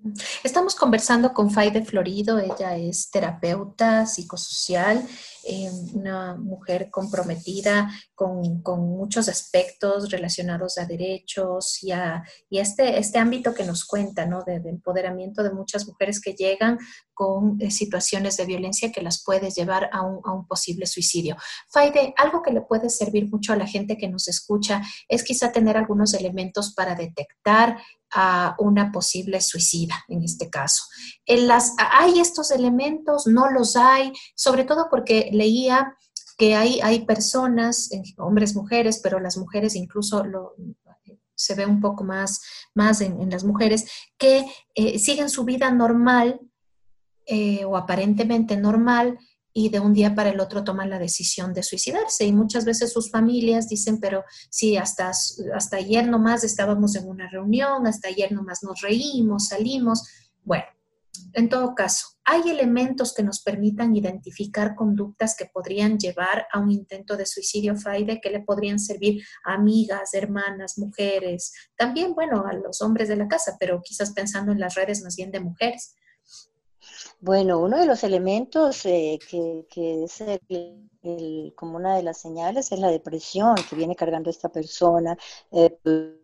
Estamos conversando con Faide Florido, ella es terapeuta psicosocial, eh, una mujer comprometida con, con muchos aspectos relacionados a derechos y a, y a este, este ámbito que nos cuenta, ¿no? de, de empoderamiento de muchas mujeres que llegan con eh, situaciones de violencia que las puede llevar a un, a un posible suicidio. Faide, algo que le puede servir mucho a la gente que nos escucha es quizá tener algunos elementos para detectar a una posible suicida, en este caso. En las, ¿hay estos elementos? ¿No los hay? Sobre todo porque leía que hay, hay personas, hombres, mujeres, pero las mujeres incluso lo, se ve un poco más, más en, en las mujeres, que eh, siguen su vida normal eh, o aparentemente normal, y de un día para el otro toman la decisión de suicidarse. Y muchas veces sus familias dicen, pero sí, hasta, hasta ayer nomás estábamos en una reunión, hasta ayer nomás nos reímos, salimos. Bueno, en todo caso, ¿hay elementos que nos permitan identificar conductas que podrían llevar a un intento de suicidio, Faide, que le podrían servir a amigas, hermanas, mujeres? También, bueno, a los hombres de la casa, pero quizás pensando en las redes más bien de mujeres. Bueno, uno de los elementos eh, que, que es el, el, como una de las señales es la depresión que viene cargando esta persona, eh,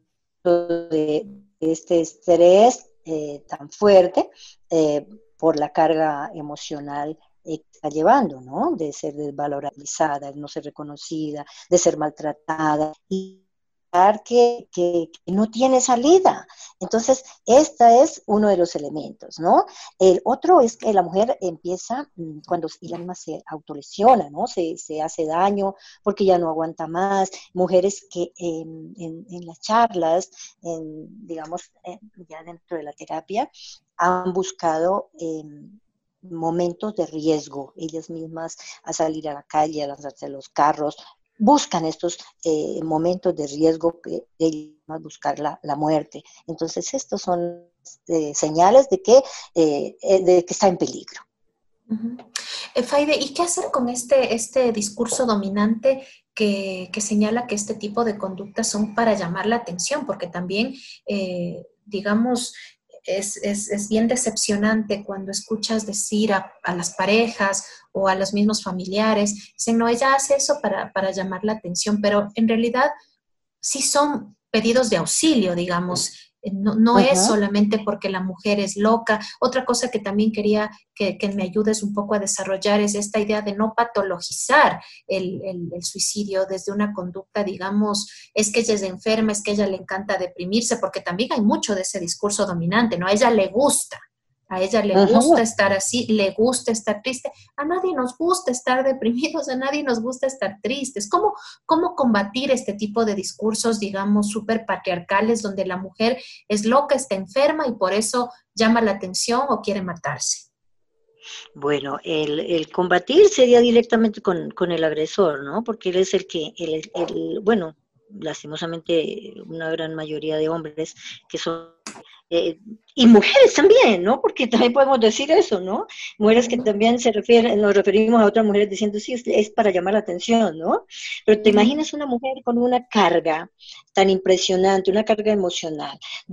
de este estrés eh, tan fuerte eh, por la carga emocional eh, que está llevando, ¿no? De ser desvalorizada, de no ser reconocida, de ser maltratada y Que, que, que no tiene salida. Entonces, este es uno de los elementos, ¿no? El otro es que la mujer empieza, cuando ella misma se autolesiona, ¿no? Se, se hace daño porque ya no aguanta más. Mujeres que en, en, en las charlas, en, digamos, en, ya dentro de la terapia, han buscado Eh, momentos de riesgo, ellas mismas a salir a la calle, a lanzarse a los carros, buscan estos eh, momentos de riesgo que ellos buscar la, la muerte. Entonces, estos son eh, señales de que, eh, de que está en peligro. Uh-huh. Eh, Faide, ¿y qué hacer con este, este discurso dominante que, que señala que este tipo de conductas son para llamar la atención? Porque también, eh, digamos, Es, es, es bien decepcionante cuando escuchas decir a, a las parejas o a los mismos familiares, dicen, no, ella hace eso para, para llamar la atención, pero en realidad sí son pedidos de auxilio, digamos, no, no uh-huh. es solamente porque la mujer es loca. Otra cosa que también quería que, que me ayudes un poco a desarrollar es esta idea de no patologizar el, el, el suicidio desde una conducta, digamos, es que ella es enferma, es que a ella le encanta deprimirse, porque también hay mucho de ese discurso dominante, ¿no? A ella le gusta. A ella le uh-huh. gusta estar así, le gusta estar triste. A nadie nos gusta estar deprimidos, a nadie nos gusta estar tristes. ¿Cómo, cómo combatir este tipo de discursos, digamos, súper patriarcales, donde la mujer es loca, está enferma y por eso llama la atención o quiere matarse? Bueno, el, el combatir sería directamente con, con el agresor, ¿no? Porque él es el que, el, el, bueno, lastimosamente una gran mayoría de hombres que son... Eh, y mujeres también, ¿no? Porque también podemos decir eso, ¿no? Mujeres que también se refieren, nos referimos a otras mujeres diciendo, sí, es, es para llamar la atención, ¿no? Pero te imaginas una mujer con una carga tan impresionante, una carga emocional,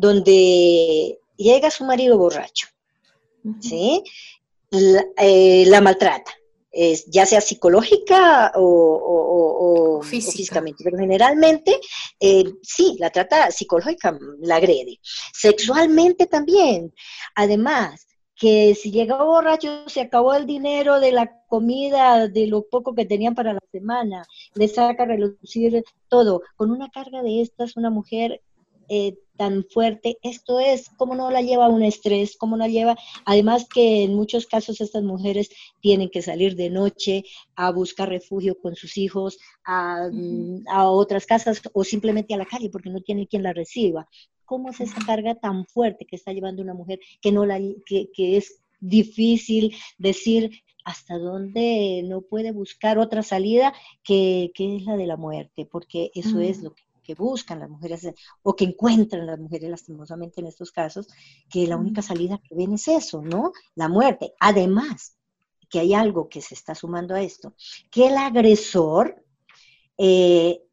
donde llega su marido borracho, ¿sí? La, eh, la maltrata. Es, ya sea psicológica o, o, o, o, Física. o físicamente, pero generalmente eh, sí, la trata psicológica, la agrede, sexualmente también. Además, que si llegaba borracho, se acabó el dinero de la comida, de lo poco que tenían para la semana, le saca a relucir todo. Con una carga de estas, una mujer eh, tan fuerte, esto es, ¿cómo no la lleva un estrés? ¿Cómo no la lleva? Además que en muchos casos estas mujeres tienen que salir de noche a buscar refugio con sus hijos, a, uh-huh. a otras casas o simplemente a la calle porque no tiene quien la reciba. ¿Cómo es esa carga tan fuerte que está llevando una mujer que, no la, que, que es difícil decir hasta dónde no puede buscar otra salida que, que es la de la muerte? Porque eso uh-huh. es lo que que buscan las mujeres, o que encuentran las mujeres lastimosamente en estos casos, que la única salida que ven es eso, ¿no? La muerte. Además, que hay algo que se está sumando a esto, que el agresor eh,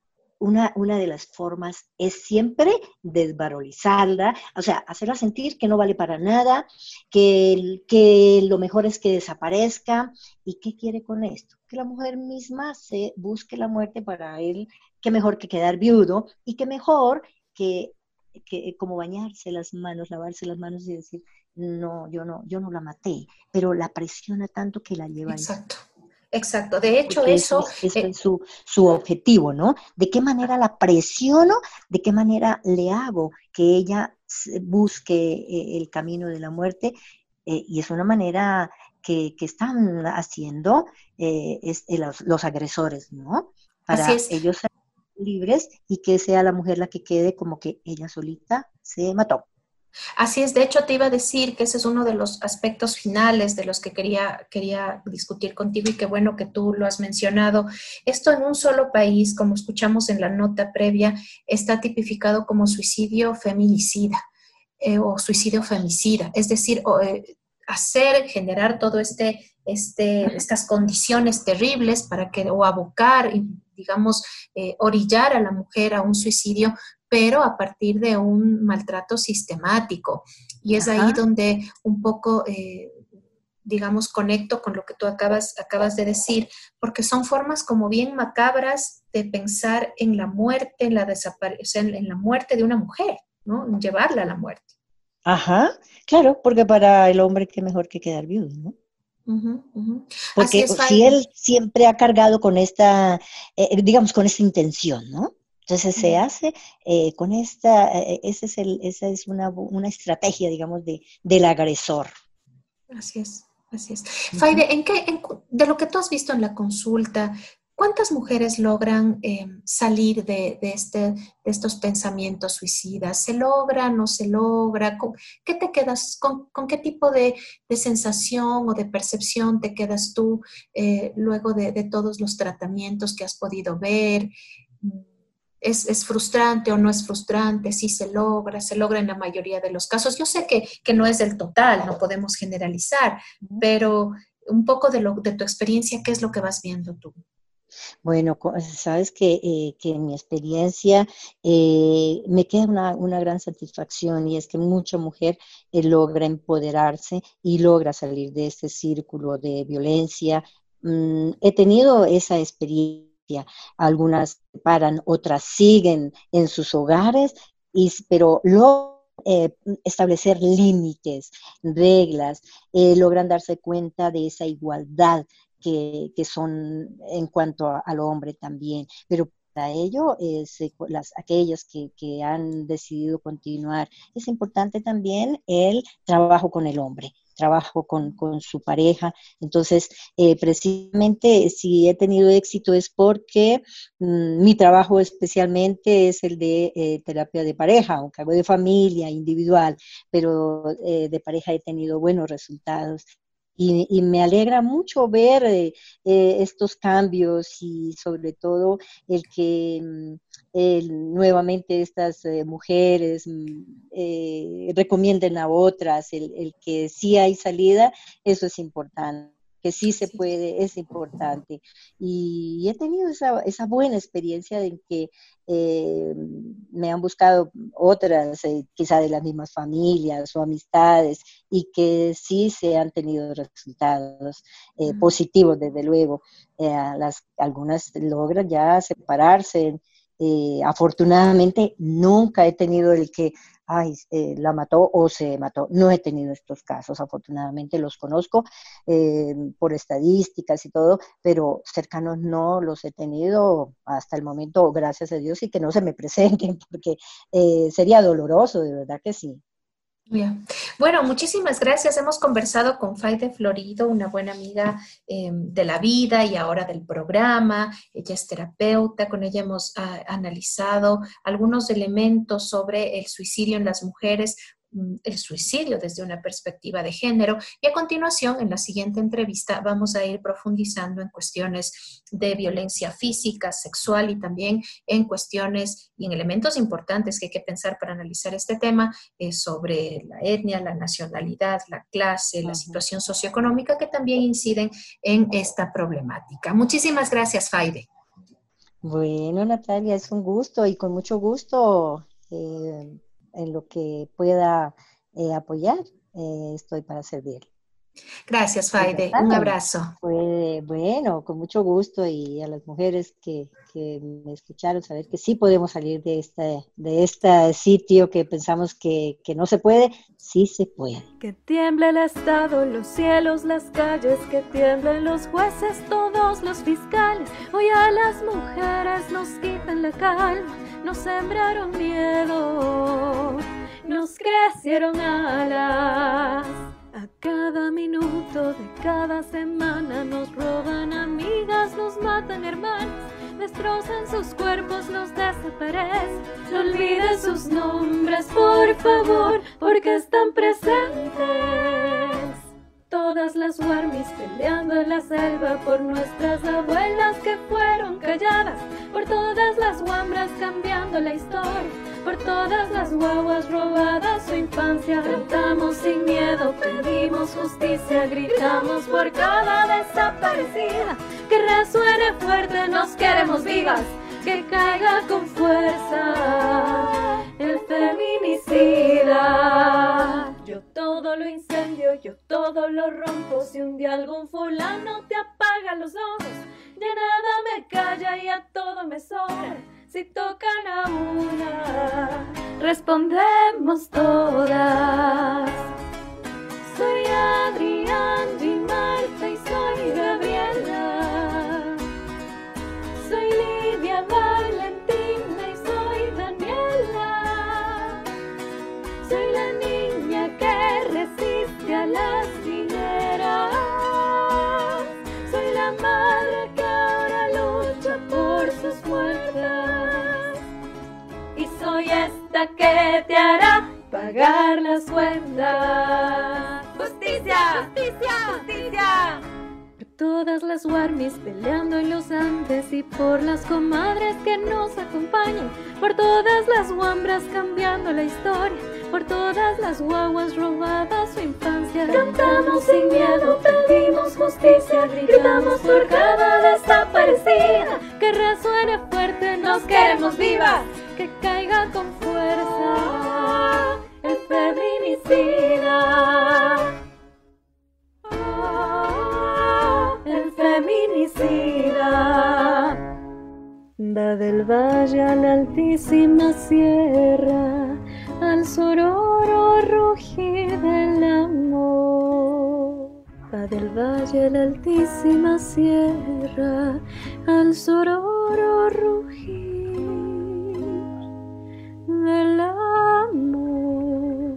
una, una de las formas es siempre desvalorizarla, o sea, hacerla sentir que no vale para nada, que, que lo mejor es que desaparezca. ¿Y qué quiere con esto? Que la mujer misma se busque la muerte para él, que mejor que quedar viudo, y que mejor que, que como bañarse las manos, lavarse las manos y decir, no, yo no, yo no la maté, pero la presiona tanto que la lleva. Exacto. Exacto, de hecho Porque eso... eso, es, eso eh, es su, su objetivo, ¿no? ¿De qué manera la presiono? ¿De qué manera le hago que ella busque eh, el camino de la muerte? Eh, y es una manera que, que están haciendo eh, es, eh, los, los agresores, ¿no? Para así es. ellos ser libres y que sea la mujer la que quede como que ella solita se mató. Así es, de hecho te iba a decir que ese es uno de los aspectos finales de los que quería, quería discutir contigo y qué bueno que tú lo has mencionado. Esto en un solo país, como escuchamos en la nota previa, está tipificado como suicidio feminicida eh, o suicidio femicida, es decir, o, eh, hacer, generar todo este, este, estas condiciones terribles para que, o abocar, digamos, eh, orillar a la mujer a un suicidio, pero a partir de un maltrato sistemático. Y es Ajá. ahí donde un poco, eh, digamos, conecto con lo que tú acabas, acabas de decir, porque son formas como bien macabras de pensar en la muerte, en la desaparición, o sea, en la muerte de una mujer, ¿no? En llevarla a la muerte. Ajá, claro, porque para el hombre qué mejor que quedar viudo, ¿no? Uh-huh, uh-huh. Porque Así es, si Faide. él siempre ha cargado con esta, eh, digamos, con esta intención, ¿no? Entonces se hace eh, con esta, eh, ese es el, esa es una, una estrategia, digamos, de, del agresor. Así es, así es. Faide, ¿en qué, en, de lo que tú has visto en la consulta, cuántas mujeres logran eh, salir de, de, este, de estos pensamientos suicidas? ¿Se logra, no se logra? ¿Con, ¿Qué te quedas, con, con qué tipo de, de sensación o de percepción te quedas tú eh, luego de, de todos los tratamientos que has podido ver? ¿Es, ¿Es frustrante o no es frustrante? ¿Sí se logra? ¿Se logra en la mayoría de los casos? Yo sé que, que no es del total, no podemos generalizar, pero un poco de, lo, de tu experiencia, ¿qué es lo que vas viendo tú? Bueno, sabes que, eh, que en mi experiencia eh, me queda una, una gran satisfacción y es que mucha mujer eh, logra empoderarse y logra salir de este círculo de violencia. Mm, he tenido esa experiencia. Algunas paran, otras siguen en sus hogares, y, pero logran eh, establecer límites, reglas, eh, logran darse cuenta de esa igualdad que, que son en cuanto a, al hombre también, pero para ello, eh, se, las, aquellas que, que han decidido continuar, es importante también el trabajo con el hombre, trabajo con, con su pareja. Entonces, eh, precisamente si he tenido éxito es porque mmm, mi trabajo especialmente es el de eh, terapia de pareja, aunque hago de familia, individual, pero eh, de pareja he tenido buenos resultados. Y, y me alegra mucho ver eh, eh, estos cambios y sobre todo el que el, nuevamente estas eh, mujeres eh, recomienden a otras, el, el que sí hay salida, eso es importante. Que sí se puede, es importante. Y he tenido esa, esa buena experiencia de que eh, me han buscado otras, eh, quizá de las mismas familias o amistades, y que sí se han tenido resultados eh, uh-huh. positivos, desde luego. Eh, las, algunas logran ya separarse. Eh, afortunadamente nunca he tenido el que ay, eh, la mató o se mató. No he tenido estos casos, afortunadamente los conozco eh, por estadísticas y todo, pero cercanos no los he tenido hasta el momento, gracias a Dios, y que no se me presenten, porque eh, sería doloroso, de verdad que sí. Yeah. Bueno, muchísimas gracias. Hemos conversado con Faide Florido, una buena amiga eh, de la vida y ahora del programa. Ella es terapeuta, con ella hemos uh, analizado algunos elementos sobre el suicidio en las mujeres, el suicidio desde una perspectiva de género, y a continuación, en la siguiente entrevista, vamos a ir profundizando en cuestiones de violencia física, sexual y también en cuestiones y en elementos importantes que hay que pensar para analizar este tema eh, sobre la etnia, la nacionalidad, la clase, la situación socioeconómica que también inciden en esta problemática. Muchísimas gracias, Faide. Bueno, Natalia, es un gusto y con mucho gusto eh, en lo que pueda eh, apoyar, eh, estoy para servir. Gracias, Faide. Un abrazo. Pues, bueno, con mucho gusto y a las mujeres que, que me escucharon, saber que sí podemos salir de este, de este sitio que pensamos que, que no se puede, sí se puede. Que tiemble el Estado, los cielos, las calles, que tiemblen los jueces, todos los fiscales. Hoy a las mujeres nos quitan la calma, nos sembraron miedo, nos crecieron alas. A cada minuto de cada semana nos roban amigas, nos matan hermanas, destrozan sus cuerpos, nos desaparecen. No olviden sus nombres, por favor, porque están presentes. Todas las warmis peleando en la selva por nuestras abuelas que fueron calladas, por todas las guambras cambiando la historia, por todas las guaguas robadas su infancia. Cantamos sin miedo, pedimos justicia, gritamos por cada desaparecida. Que resuene fuerte, nos queremos vivas, que caiga con fuerza el feminicida. Yo todo lo incendio, yo todo lo rompo. Si un día algún fulano te apaga los ojos, ya nada me calla y a todo me sobra. Si tocan a una, respondemos todas. Soy Adrián, y Marta y soy Gabriela. Soy Lidia, Valentina y soy Daniela. Soy la niña que resiste a las hileras. Soy la madre que ahora lucha por sus puertas. Y soy esta que te hará pagar las cuentas. ¡Justicia! ¡Justicia! ¡Justicia! Por todas las warmis peleando en los Andes y por las comadres que nos acompañan, por todas las guambras cambiando la historia, por todas las guaguas robadas su infancia. Cantamos sin miedo, pedimos justicia, gritamos por cada desaparecida. Que resuene fuerte, nos queremos vivas, que caiga con fuerza el feminicida. Oh, el feminicida. Va del valle a la altísima sierra, al sororo rugir del amor. Va del valle a la altísima sierra, al sororo rugir del amor.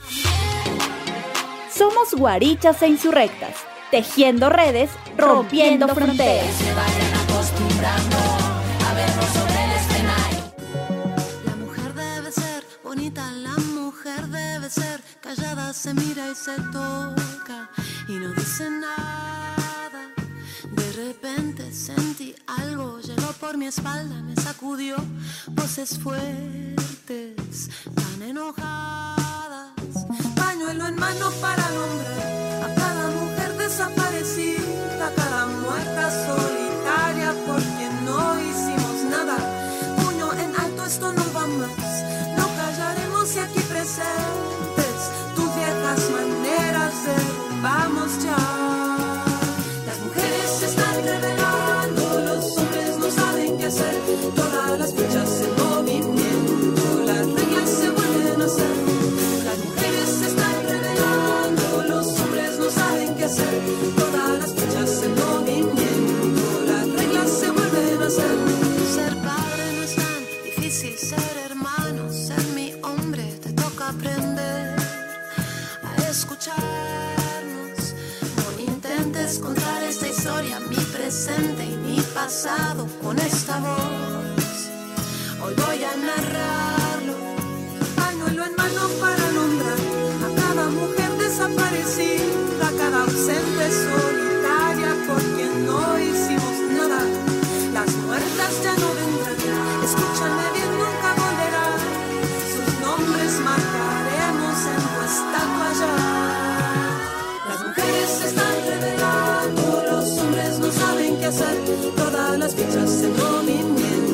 Somos guarichas e insurrectas, tejiendo redes, rompiendo fronteras. Se vayan acostumbrando a vernos sobre el escenario. La mujer debe ser bonita, la mujer debe ser callada, se mira y se toca y no dice nada. De repente sentí algo, llegó por mi espalda, me sacudió, voces fuertes, tan enojadas. Pañuelo en mano para nombrar a cada mujer desaparecida, cada muerta solitaria por quien no hicimos nada. Puño en alto, esto no va más, no callaremos y aquí presentes tus viejas maneras, derrumbamos ya. Las mujeres se están rebelando, los hombres no saben qué hacer, todas las fichas en movimiento, las reglas se vuelven a hacer. Las mujeres se están rebelando, los hombres no saben qué hacer, todas las fichas en movimiento, las reglas se vuelven a hacer. Ser padre no es tan difícil, ser hermano, ser mi hombre, te toca aprender a escucharnos. No intentes contar esta historia, mi presente y mi pasado con esta voz. Hoy voy a narrarlo. Pañuelo en mano para nombrar a cada mujer desaparecida, cada ausente solitaria por quien no hicimos nada. Las muertas ya no vendrán, escúchame bien, nunca volverán. Sus nombres marcaremos en tu estatua ya. Las mujeres se están rebelando, los hombres no saben qué hacer, todas las fichas en movimiento.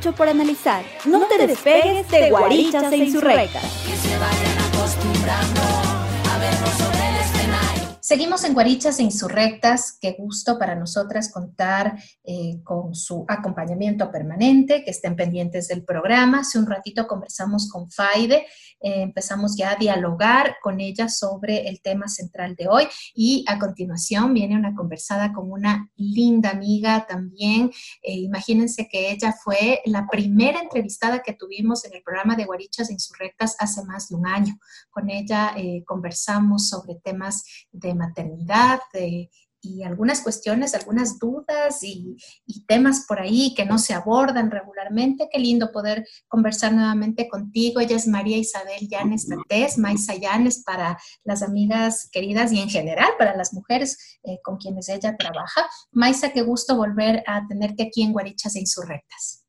mucho por analizar. No, no te despegues de Guarichas e Insurrectas. Que se vayan acostumbrando a vernos sobre el escenario. Seguimos en Guarichas e Insurrectas. Qué gusto para nosotras contar eh, con su acompañamiento permanente, que estén pendientes del programa. Hace un ratito conversamos con Faide, eh, empezamos ya a dialogar con ella sobre el tema central de hoy y a continuación viene una conversada con una linda amiga también. Eh, imagínense que ella fue la primera entrevistada que tuvimos en el programa de Guarichas e Insurrectas hace más de un año. Con ella eh, conversamos sobre temas de maternidad de, y algunas cuestiones, algunas dudas y, y temas por ahí que no se abordan regularmente. Qué lindo poder conversar nuevamente contigo. Ella es María Isabel Llanes Tatés, Maisa Llanes para las amigas queridas y en general para las mujeres eh, con quienes ella trabaja. Maisa, qué gusto volver a tenerte aquí en Guarichas e Insurrectas.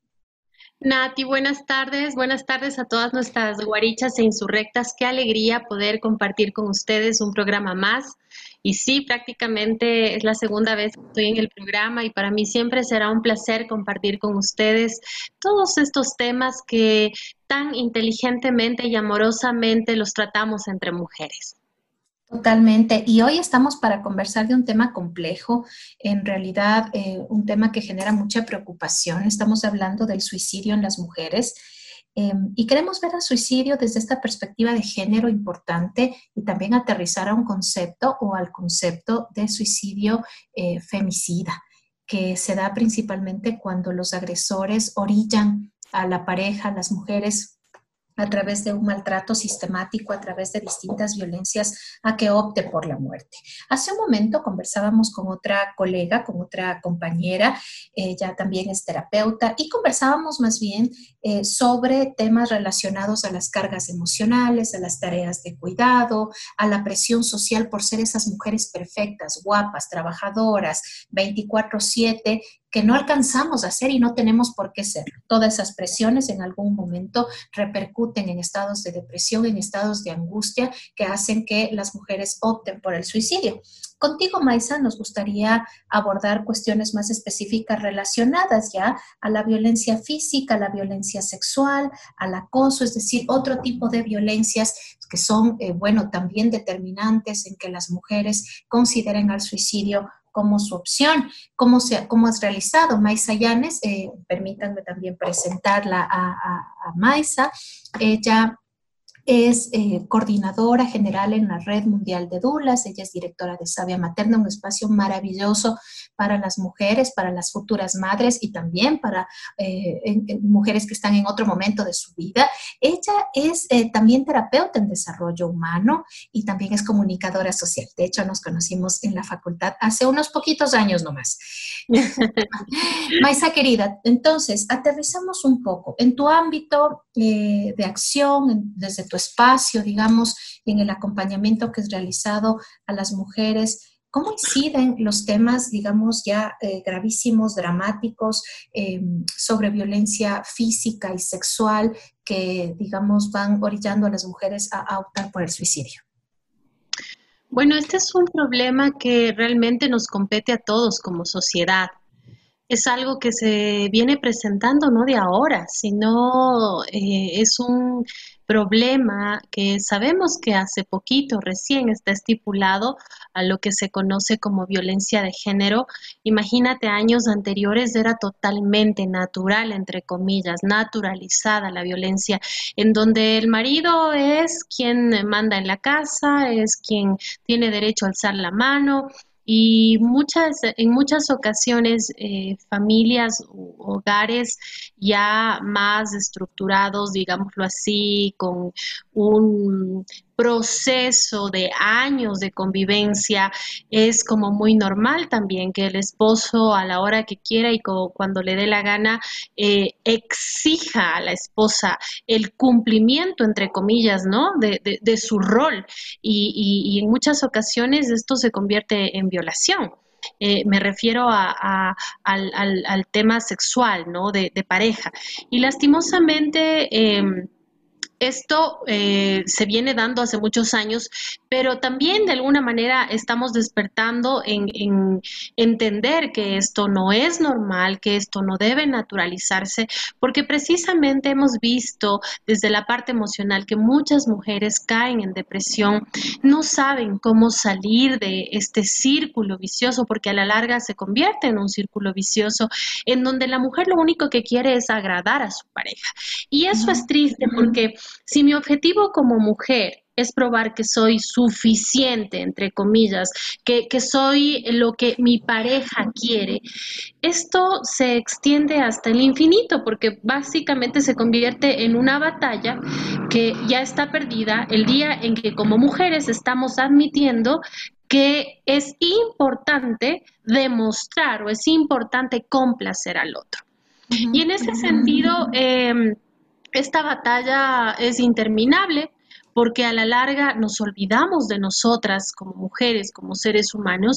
Nati, buenas tardes, buenas tardes a todas nuestras guarichas e insurrectas. Qué alegría poder compartir con ustedes un programa más. Y sí, prácticamente es la segunda vez que estoy en el programa y para mí siempre será un placer compartir con ustedes todos estos temas que tan inteligentemente y amorosamente los tratamos entre mujeres. Totalmente. Y hoy estamos para conversar de un tema complejo, en realidad eh, un tema que genera mucha preocupación. Estamos hablando del suicidio en las mujeres eh, y queremos ver al suicidio desde esta perspectiva de género importante y también aterrizar a un concepto o al concepto de suicidio eh, femicida, que se da principalmente cuando los agresores orillan a la pareja, a las mujeres, a través de un maltrato sistemático, a través de distintas violencias, a que opte por la muerte. Hace un momento conversábamos con otra colega, con otra compañera, ella también es terapeuta, y conversábamos más bien eh, sobre temas relacionados a las cargas emocionales, a las tareas de cuidado, a la presión social por ser esas mujeres perfectas, guapas, trabajadoras, veinticuatro siete, que no alcanzamos a hacer y no tenemos por qué ser. Todas esas presiones en algún momento repercuten en estados de depresión, en estados de angustia que hacen que las mujeres opten por el suicidio. Contigo, Maisa, nos gustaría abordar cuestiones más específicas relacionadas ya a la violencia física, a la violencia sexual, al acoso, es decir, otro tipo de violencias que son, eh, bueno, también determinantes en que las mujeres consideren al suicidio como su opción. ¿Cómo, se, cómo has realizado? Maisa Llanes, eh, permítanme también presentarla a, a, a Maisa. Ella es eh, coordinadora general en la Red Mundial de Dulas, ella es directora de Savia Materna, un espacio maravilloso para las mujeres, para las futuras madres y también para eh, en, en mujeres que están en otro momento de su vida. Ella es eh, también terapeuta en desarrollo humano y también es comunicadora social. De hecho, nos conocimos en la facultad hace unos poquitos años nomás. Maisa, querida, entonces, aterrizamos un poco en tu ámbito eh, de acción, en, desde tu espacio, digamos, y en el acompañamiento que es realizado a las mujeres. ¿Cómo inciden los temas, digamos, ya eh, gravísimos, dramáticos, eh, sobre violencia física y sexual que, digamos, van orillando a las mujeres a, a optar por el suicidio? Bueno, este es un problema que realmente nos compete a todos como sociedad. Es algo que se viene presentando no de ahora, sino eh, es un problema que sabemos que hace poquito, recién está estipulado a lo que se conoce como violencia de género. Imagínate, años anteriores era totalmente natural, entre comillas, naturalizada la violencia, en donde el marido es quien manda en la casa, es quien tiene derecho a alzar la mano. Y muchas, en muchas ocasiones eh, familias u hogares ya más estructurados, digámoslo así, con un proceso de años de convivencia, es como muy normal también que el esposo a la hora que quiera y co- cuando le dé la gana eh, exija a la esposa el cumplimiento, entre comillas, ¿no? de, de, de su rol y, y, y en muchas ocasiones esto se convierte en violación. Eh, me refiero a, a, al, al, al tema sexual, ¿no? de, de pareja. Y lastimosamente eh, Esto eh, se viene dando hace muchos años, pero también de alguna manera estamos despertando en, en entender que esto no es normal, que esto no debe naturalizarse, porque precisamente hemos visto desde la parte emocional que muchas mujeres caen en depresión, no saben cómo salir de este círculo vicioso, porque a la larga se convierte en un círculo vicioso en donde la mujer lo único que quiere es agradar a su pareja. Y eso es triste porque si mi objetivo como mujer es probar que soy suficiente, entre comillas, que, que soy lo que mi pareja quiere, esto se extiende hasta el infinito porque básicamente se convierte en una batalla que ya está perdida el día en que como mujeres estamos admitiendo que es importante demostrar o es importante complacer al otro. Uh-huh. Y en ese sentido, eh, esta batalla es interminable porque a la larga nos olvidamos de nosotras como mujeres, como seres humanos,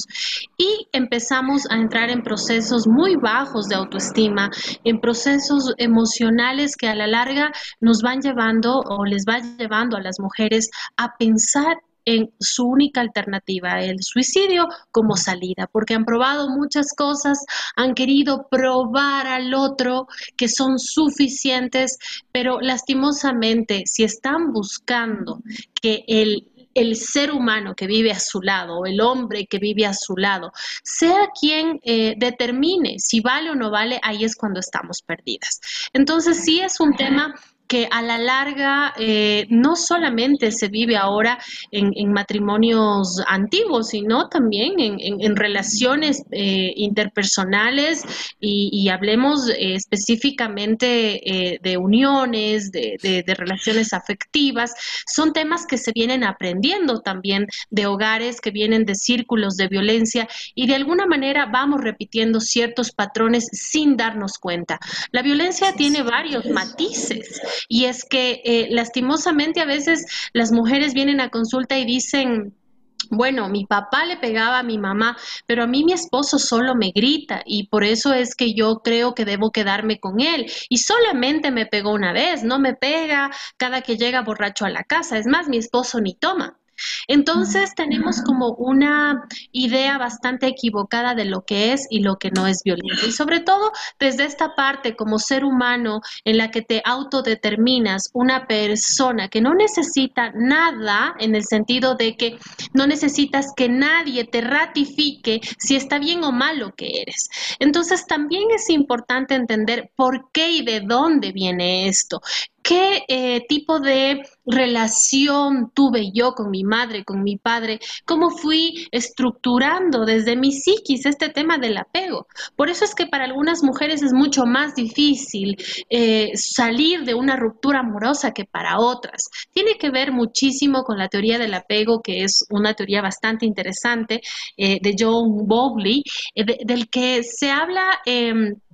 y empezamos a entrar en procesos muy bajos de autoestima, en procesos emocionales que a la larga nos van llevando o les va llevando a las mujeres a pensar en su única alternativa, el suicidio como salida, porque han probado muchas cosas, han querido probar al otro que son suficientes, pero lastimosamente, si están buscando que el el ser humano que vive a su lado, o el hombre que vive a su lado, sea quien eh, determine si vale o no vale, ahí es cuando estamos perdidas. Entonces sí es un tema que a la larga eh, no solamente se vive ahora en, en matrimonios antiguos, sino también en, en, en relaciones eh, interpersonales y, y hablemos eh, específicamente eh, de uniones, de, de, de relaciones afectivas. Son temas que se vienen aprendiendo también de hogares que vienen de círculos de violencia y de alguna manera vamos repitiendo ciertos patrones sin darnos cuenta. La violencia tiene varios matices. Y es que eh, lastimosamente a veces las mujeres vienen a consulta y dicen, bueno, mi papá le pegaba a mi mamá, pero a mí mi esposo solo me grita y por eso es que yo creo que debo quedarme con él. Y solamente me pegó una vez, no me pega cada que llega borracho a la casa. Es más, mi esposo ni toma. Entonces tenemos como una idea bastante equivocada de lo que es y lo que no es violencia. Y sobre todo desde esta parte como ser humano en la que te autodeterminas una persona que no necesita nada en el sentido de que no necesitas que nadie te ratifique si está bien o mal lo que eres. Entonces también es importante entender por qué y de dónde viene esto. ¿Qué eh, tipo de relación tuve yo con mi madre, con mi padre? ¿Cómo fui estructurando desde mi psiquis este tema del apego? Por eso es que para algunas mujeres es mucho más difícil eh, salir de una ruptura amorosa que para otras. Tiene que ver muchísimo con la teoría del apego, que es una teoría bastante interesante eh, de John Bowlby, eh, de, del que se habla... Eh,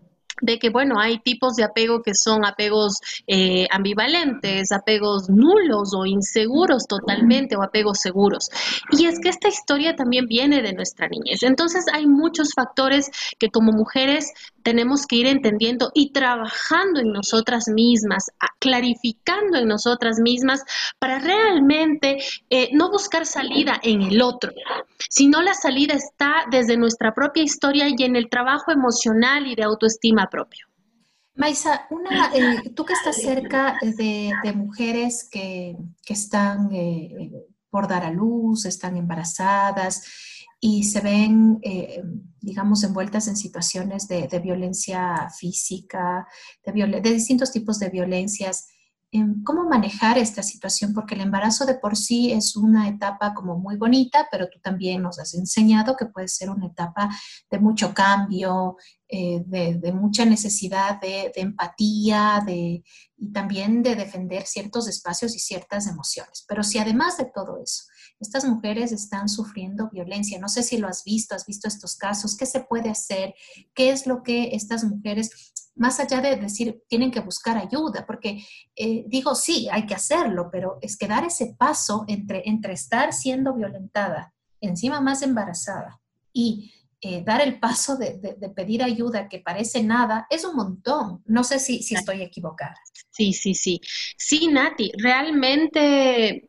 de que, bueno, hay tipos de apego que son apegos eh, ambivalentes, apegos nulos o inseguros totalmente, o apegos seguros. Y es que esta historia también viene de nuestra niñez. Entonces hay muchos factores que como mujeres tenemos que ir entendiendo y trabajando en nosotras mismas, clarificando en nosotras mismas para realmente eh, no buscar salida en el otro, sino la salida está desde nuestra propia historia y en el trabajo emocional y de autoestima propio. Maisa, una, eh, tú que estás cerca de, de mujeres que, que están eh, por dar a luz, están embarazadas y se ven, eh, digamos, envueltas en situaciones de, de violencia física, de, viol- de distintos tipos de violencias, ¿cómo manejar esta situación? Porque el embarazo de por sí es una etapa como muy bonita, pero tú también nos has enseñado que puede ser una etapa de mucho cambio, eh, de, de mucha necesidad de, de empatía de, y también de defender ciertos espacios y ciertas emociones. Pero si además de todo eso, estas mujeres están sufriendo violencia, no sé si lo has visto, has visto estos casos, ¿qué se puede hacer? ¿Qué es lo que estas mujeres... Más allá de decir, tienen que buscar ayuda, porque eh, digo, sí, hay que hacerlo, pero es que dar ese paso entre, entre estar siendo violentada, encima más embarazada, y eh, dar el paso de, de, de pedir ayuda, que parece nada, es un montón. No sé si, si estoy equivocada. Sí, sí, sí. Sí, Nati, realmente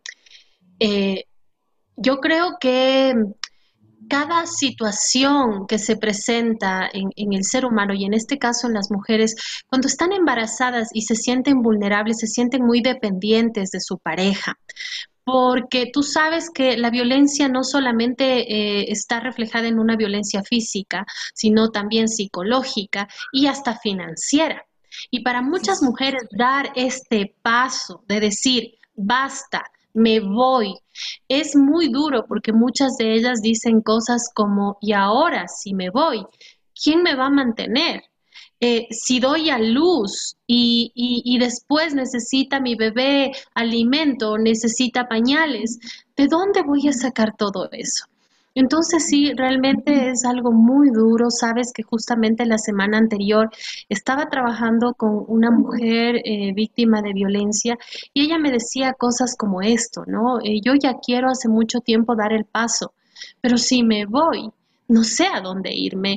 eh, yo creo que cada situación que se presenta en, en el ser humano, y en este caso en las mujeres, cuando están embarazadas y se sienten vulnerables, se sienten muy dependientes de su pareja. Porque tú sabes que la violencia no solamente eh, está reflejada en una violencia física, sino también psicológica y hasta financiera. Y para muchas mujeres dar este paso de decir, basta, me voy, es muy duro, porque muchas de ellas dicen cosas como, y ahora si me voy, ¿quién me va a mantener? Eh, si doy a luz y, y, y después necesita mi bebé alimento, necesita pañales, ¿de dónde voy a sacar todo eso? Entonces sí, realmente es algo muy duro. Sabes que justamente la semana anterior estaba trabajando con una mujer eh, víctima de violencia, y ella me decía cosas como esto, ¿no? Eh, yo ya quiero hace mucho tiempo dar el paso, pero si me voy, no sé a dónde irme,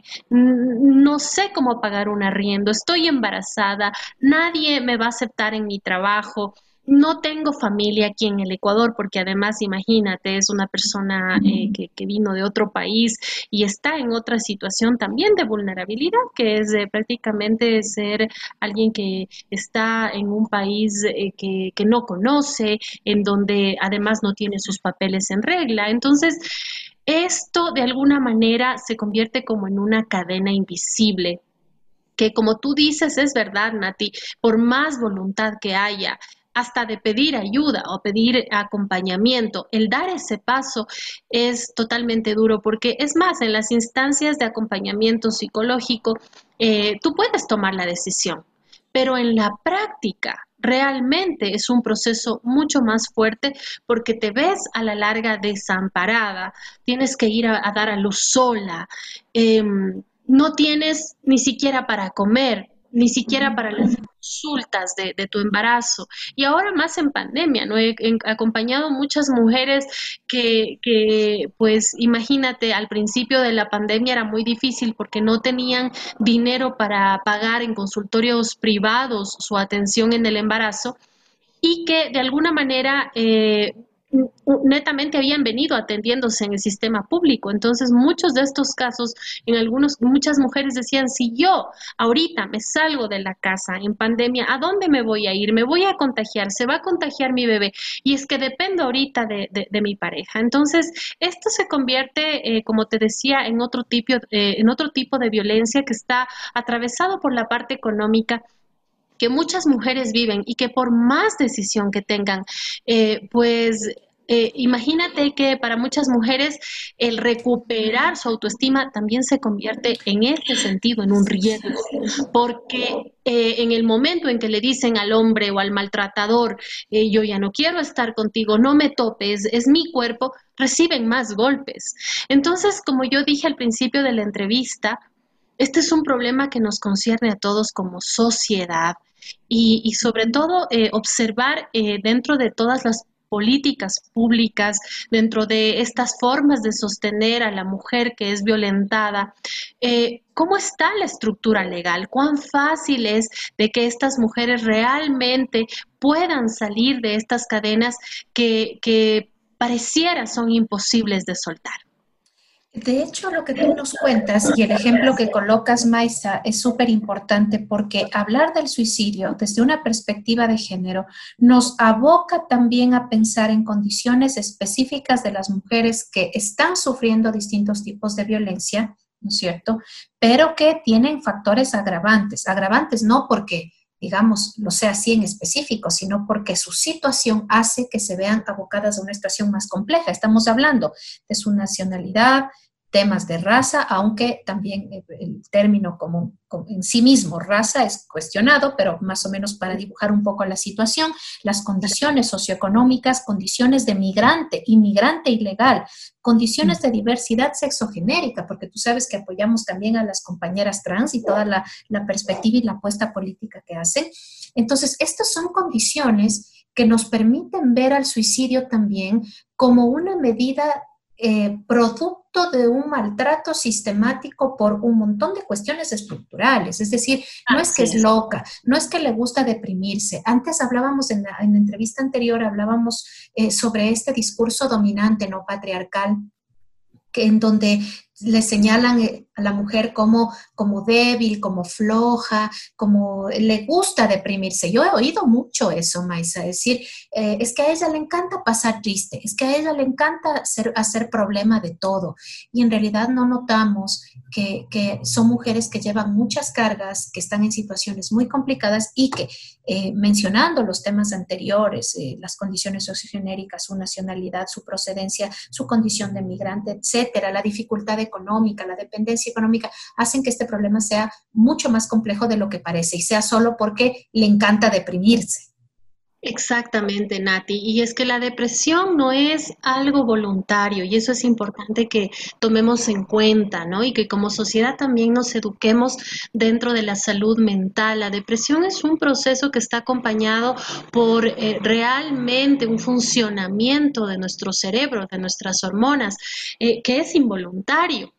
no sé cómo pagar un arriendo, estoy embarazada, nadie me va a aceptar en mi trabajo, no tengo familia aquí en el Ecuador, porque además, imagínate, es una persona eh, que, que vino de otro país y está en otra situación también de vulnerabilidad, que es de prácticamente ser alguien que está en un país eh, que, que no conoce, en donde además no tiene sus papeles en regla. Entonces, esto de alguna manera se convierte como en una cadena invisible, que como tú dices, es verdad, Nati, por más voluntad que haya, hasta de pedir ayuda o pedir acompañamiento, el dar ese paso es totalmente duro, porque es más, en las instancias de acompañamiento psicológico, eh, tú puedes tomar la decisión, pero en la práctica realmente es un proceso mucho más fuerte, porque te ves a la larga desamparada, tienes que ir a, a dar a luz sola, eh, no tienes ni siquiera para comer, ni siquiera para las consultas de, de tu embarazo. Y ahora más en pandemia, ¿no? He, he acompañado muchas mujeres que, que, pues, imagínate, al principio de la pandemia era muy difícil porque no tenían dinero para pagar en consultorios privados su atención en el embarazo, y que de alguna manera eh, netamente habían venido atendiéndose en el sistema público. Entonces, muchos de estos casos, en algunos, muchas mujeres decían, si yo ahorita me salgo de la casa en pandemia, ¿a dónde me voy a ir? Me voy a contagiar, se va a contagiar mi bebé, y es que dependo ahorita de, de, de mi pareja. Entonces, esto se convierte, eh, como te decía, en otro tipo, eh, en otro tipo de violencia que está atravesado por la parte económica, que muchas mujeres viven, y que por más decisión que tengan, eh, pues eh, imagínate que para muchas mujeres el recuperar su autoestima también se convierte en este sentido en un riesgo, porque eh, en el momento en que le dicen al hombre o al maltratador, eh, yo ya no quiero estar contigo, no me topes, es mi cuerpo, reciben más golpes. Entonces, como yo dije al principio de la entrevista, este es un problema que nos concierne a todos como sociedad, y, y sobre todo eh, observar eh, dentro de todas las políticas públicas, dentro de estas formas de sostener a la mujer que es violentada, eh, ¿cómo está la estructura legal? ¿Cuán fácil es de que estas mujeres realmente puedan salir de estas cadenas que, que pareciera son imposibles de soltar? De hecho, lo que tú nos cuentas y el ejemplo que colocas, Maisa, es súper importante, porque hablar del suicidio desde una perspectiva de género nos aboca también a pensar en condiciones específicas de las mujeres que están sufriendo distintos tipos de violencia, ¿no es cierto? Pero que tienen factores agravantes. Agravantes no porque, digamos, lo sea así en específico, sino porque su situación hace que se vean abocadas a una situación más compleja. Estamos hablando de su nacionalidad, temas de raza, aunque también el término como, como en sí mismo, raza, es cuestionado, pero más o menos para dibujar un poco la situación, las condiciones socioeconómicas, condiciones de migrante, inmigrante ilegal, condiciones de diversidad sexogenérica, porque tú sabes que apoyamos también a las compañeras trans y toda la, la perspectiva y la apuesta política que hacen. Entonces, estas son condiciones que nos permiten ver al suicidio también como una medida eh, producto producto de un maltrato sistemático por un montón de cuestiones estructurales. Es decir, no es que es loca, no es que le gusta deprimirse. Antes hablábamos, en la, en la entrevista anterior, hablábamos eh, sobre este discurso dominante, no patriarcal, que en donde le señalan a la mujer como, como débil, como floja, como le gusta deprimirse. Yo he oído mucho eso, Maisa, decir, eh, es que a ella le encanta pasar triste, es que a ella le encanta ser, hacer problema de todo. Y en realidad no notamos que, que son mujeres que llevan muchas cargas, que están en situaciones muy complicadas y que, eh, mencionando los temas anteriores, eh, las condiciones sociogenéricas, su nacionalidad, su procedencia, su condición de migrante, etcétera, la dificultad económica, la dependencia económica, hacen que este problema sea mucho más complejo de lo que parece y sea solo porque le encanta deprimirse. Exactamente, Nati. Y es que la depresión no es algo voluntario y eso es importante que tomemos en cuenta, ¿no? Y que como sociedad también nos eduquemos dentro de la salud mental. La depresión es un proceso que está acompañado por eh, realmente un funcionamiento de nuestro cerebro, de nuestras hormonas, eh, que es involuntario.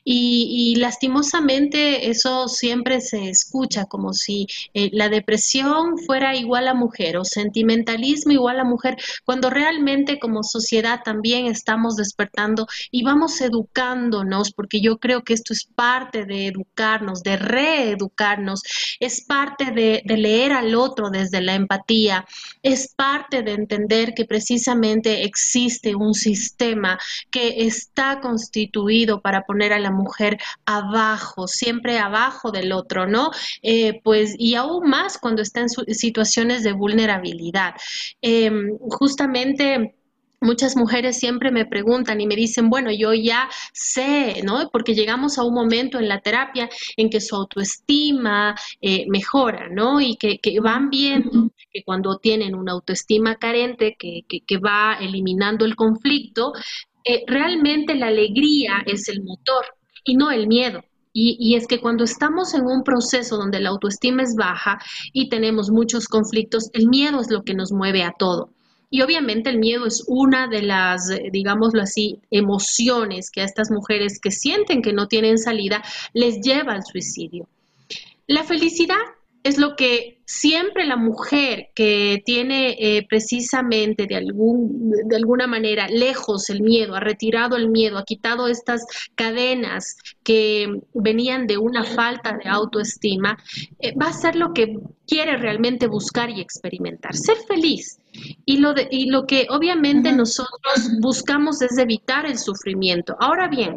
Y, y lastimosamente eso siempre se escucha como si eh, la depresión fuera igual a mujer o sentimentalismo igual a mujer, cuando realmente como sociedad también estamos despertando y vamos educándonos, porque yo creo que esto es parte de educarnos, de reeducarnos, es parte de, de leer al otro desde la empatía, es parte de entender que precisamente existe un sistema que está constituido para poner a la mujer abajo, siempre abajo del otro, ¿no? Eh, pues, y aún más cuando está en su, situaciones de vulnerabilidad. Eh, justamente muchas mujeres siempre me preguntan y me dicen, bueno, yo ya sé, ¿no? Porque llegamos a un momento en la terapia en que su autoestima eh, mejora, ¿no? Y que, que van viendo que cuando tienen una autoestima carente, que, que, que va eliminando el conflicto, eh, realmente la alegría es el motor y no el miedo. Y, y es que cuando estamos en un proceso donde la autoestima es baja y tenemos muchos conflictos, el miedo es lo que nos mueve a todo. Y obviamente el miedo es una de las, digámoslo así, emociones que a estas mujeres que sienten que no tienen salida les lleva al suicidio. La felicidad es lo que siempre la mujer que tiene eh, precisamente de, algún, de alguna manera lejos el miedo, ha retirado el miedo, ha quitado estas cadenas que venían de una falta de autoestima, eh, va a ser lo que quiere realmente buscar y experimentar, ser feliz. Y lo, de, y lo que obviamente uh-huh. nosotros buscamos es evitar el sufrimiento. Ahora bien,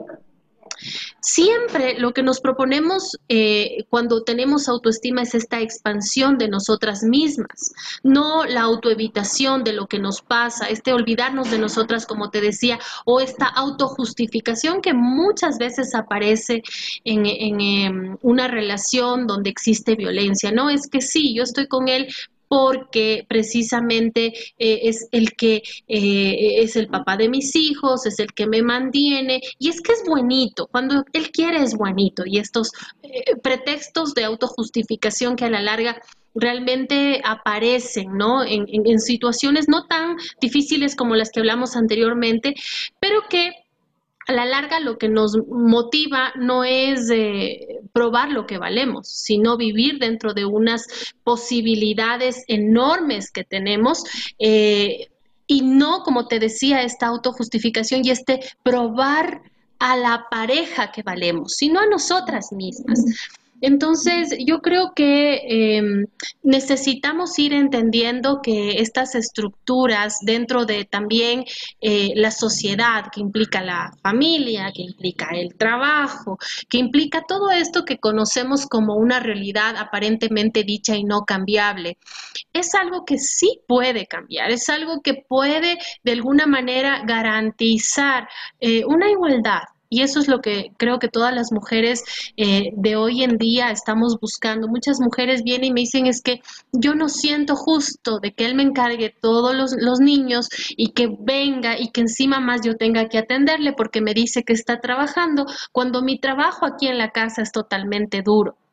siempre lo que nos proponemos eh, cuando tenemos autoestima es esta expansión de nosotras mismas, no la autoevitación de lo que nos pasa, este olvidarnos de nosotras, como te decía, o esta autojustificación que muchas veces aparece en, en, en una relación donde existe violencia. No, es que sí, yo estoy con él porque precisamente eh, es el que eh, es el papá de mis hijos, es el que me mantiene, y es que es buenito, cuando él quiere es buenito, y estos eh, pretextos de autojustificación que a la larga realmente aparecen, ¿no? En, en, en situaciones no tan difíciles como las que hablamos anteriormente, pero que a la larga lo que nos motiva no es eh, probar lo que valemos, sino vivir dentro de unas posibilidades enormes que tenemos eh, y no, como te decía, esta autojustificación y este probar a la pareja que valemos, sino a nosotras mismas. Entonces, yo creo que eh, necesitamos ir entendiendo que estas estructuras dentro de también eh, la sociedad, que implica la familia, que implica el trabajo, que implica todo esto que conocemos como una realidad aparentemente dicha y no cambiable, es algo que sí puede cambiar, es algo que puede de alguna manera garantizar eh, una igualdad. Y eso es lo que creo que todas las mujeres eh, de hoy en día estamos buscando. Muchas mujeres vienen y me dicen, es que yo no siento justo de que él me encargue todos los, los niños y que venga y que encima más yo tenga que atenderle porque me dice que está trabajando, cuando mi trabajo aquí en la casa es totalmente duro.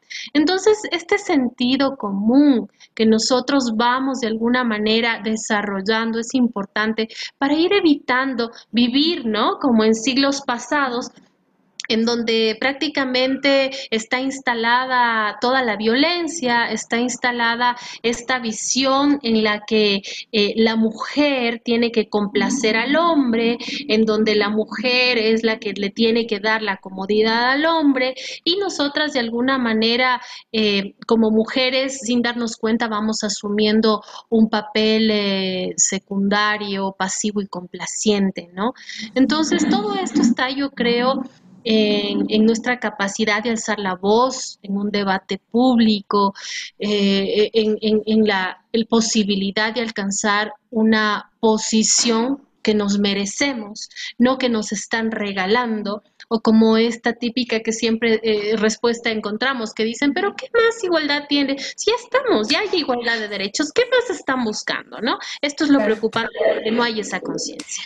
Entonces, este sentido común que nosotros vamos de alguna manera desarrollando es importante para ir evitando vivir, ¿no? Como en siglos pasados, en donde prácticamente está instalada toda la violencia, está instalada esta visión en la que eh, la mujer tiene que complacer al hombre, en donde la mujer es la que le tiene que dar la comodidad al hombre, y nosotras de alguna manera eh, como mujeres sin darnos cuenta vamos asumiendo un papel eh, secundario, pasivo y complaciente, ¿no? Entonces todo esto está, yo creo, En, en nuestra capacidad de alzar la voz en un debate público, eh, en, en, en la el posibilidad de alcanzar una posición que nos merecemos, no que nos están regalando, o como esta típica que siempre eh, respuesta encontramos, que dicen, pero ¿qué más igualdad tiene? Si ya estamos, ya hay igualdad de derechos, ¿qué más están buscando, no? Esto es lo preocupante, porque no hay esa conciencia.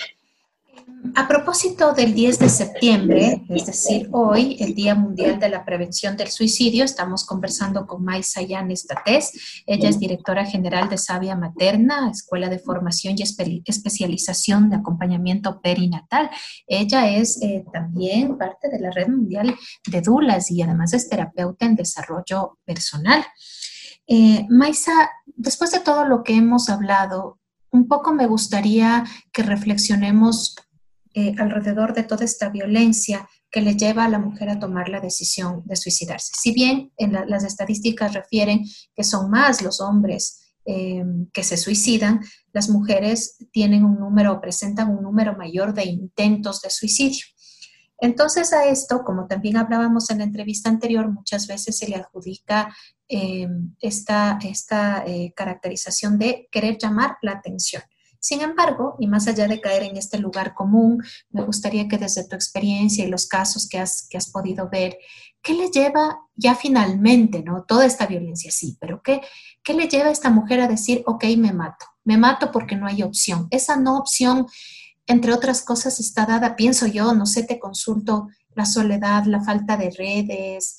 A propósito del diez de septiembre, es decir, hoy, el Día Mundial de la Prevención del Suicidio, estamos conversando con Maysa Yanes Tatés. Ella es directora general de Savia Materna, Escuela de Formación y Espe- Especialización de Acompañamiento Perinatal. Ella es eh, también parte de la Red Mundial de Doulas y además es terapeuta en desarrollo personal. Eh, Maysa, después de todo lo que hemos hablado, un poco me gustaría que reflexionemos Eh, alrededor de toda esta violencia que le lleva a la mujer a tomar la decisión de suicidarse. Si bien en la, las estadísticas refieren que son más los hombres eh, que se suicidan, las mujeres tienen un número, presentan un número mayor de intentos de suicidio. Entonces a esto, como también hablábamos en la entrevista anterior, muchas veces se le adjudica eh, esta, esta eh, caracterización de querer llamar la atención. Sin embargo, y más allá de caer en este lugar común, me gustaría que desde tu experiencia y los casos que has, que has podido ver, ¿qué le lleva ya finalmente, ¿no? Toda esta violencia, sí, pero ¿qué, qué le lleva a esta mujer a decir, ok, me mato, me mato porque no hay opción? Esa no opción, entre otras cosas, está dada, pienso yo, no sé, te consulto, la soledad, la falta de redes,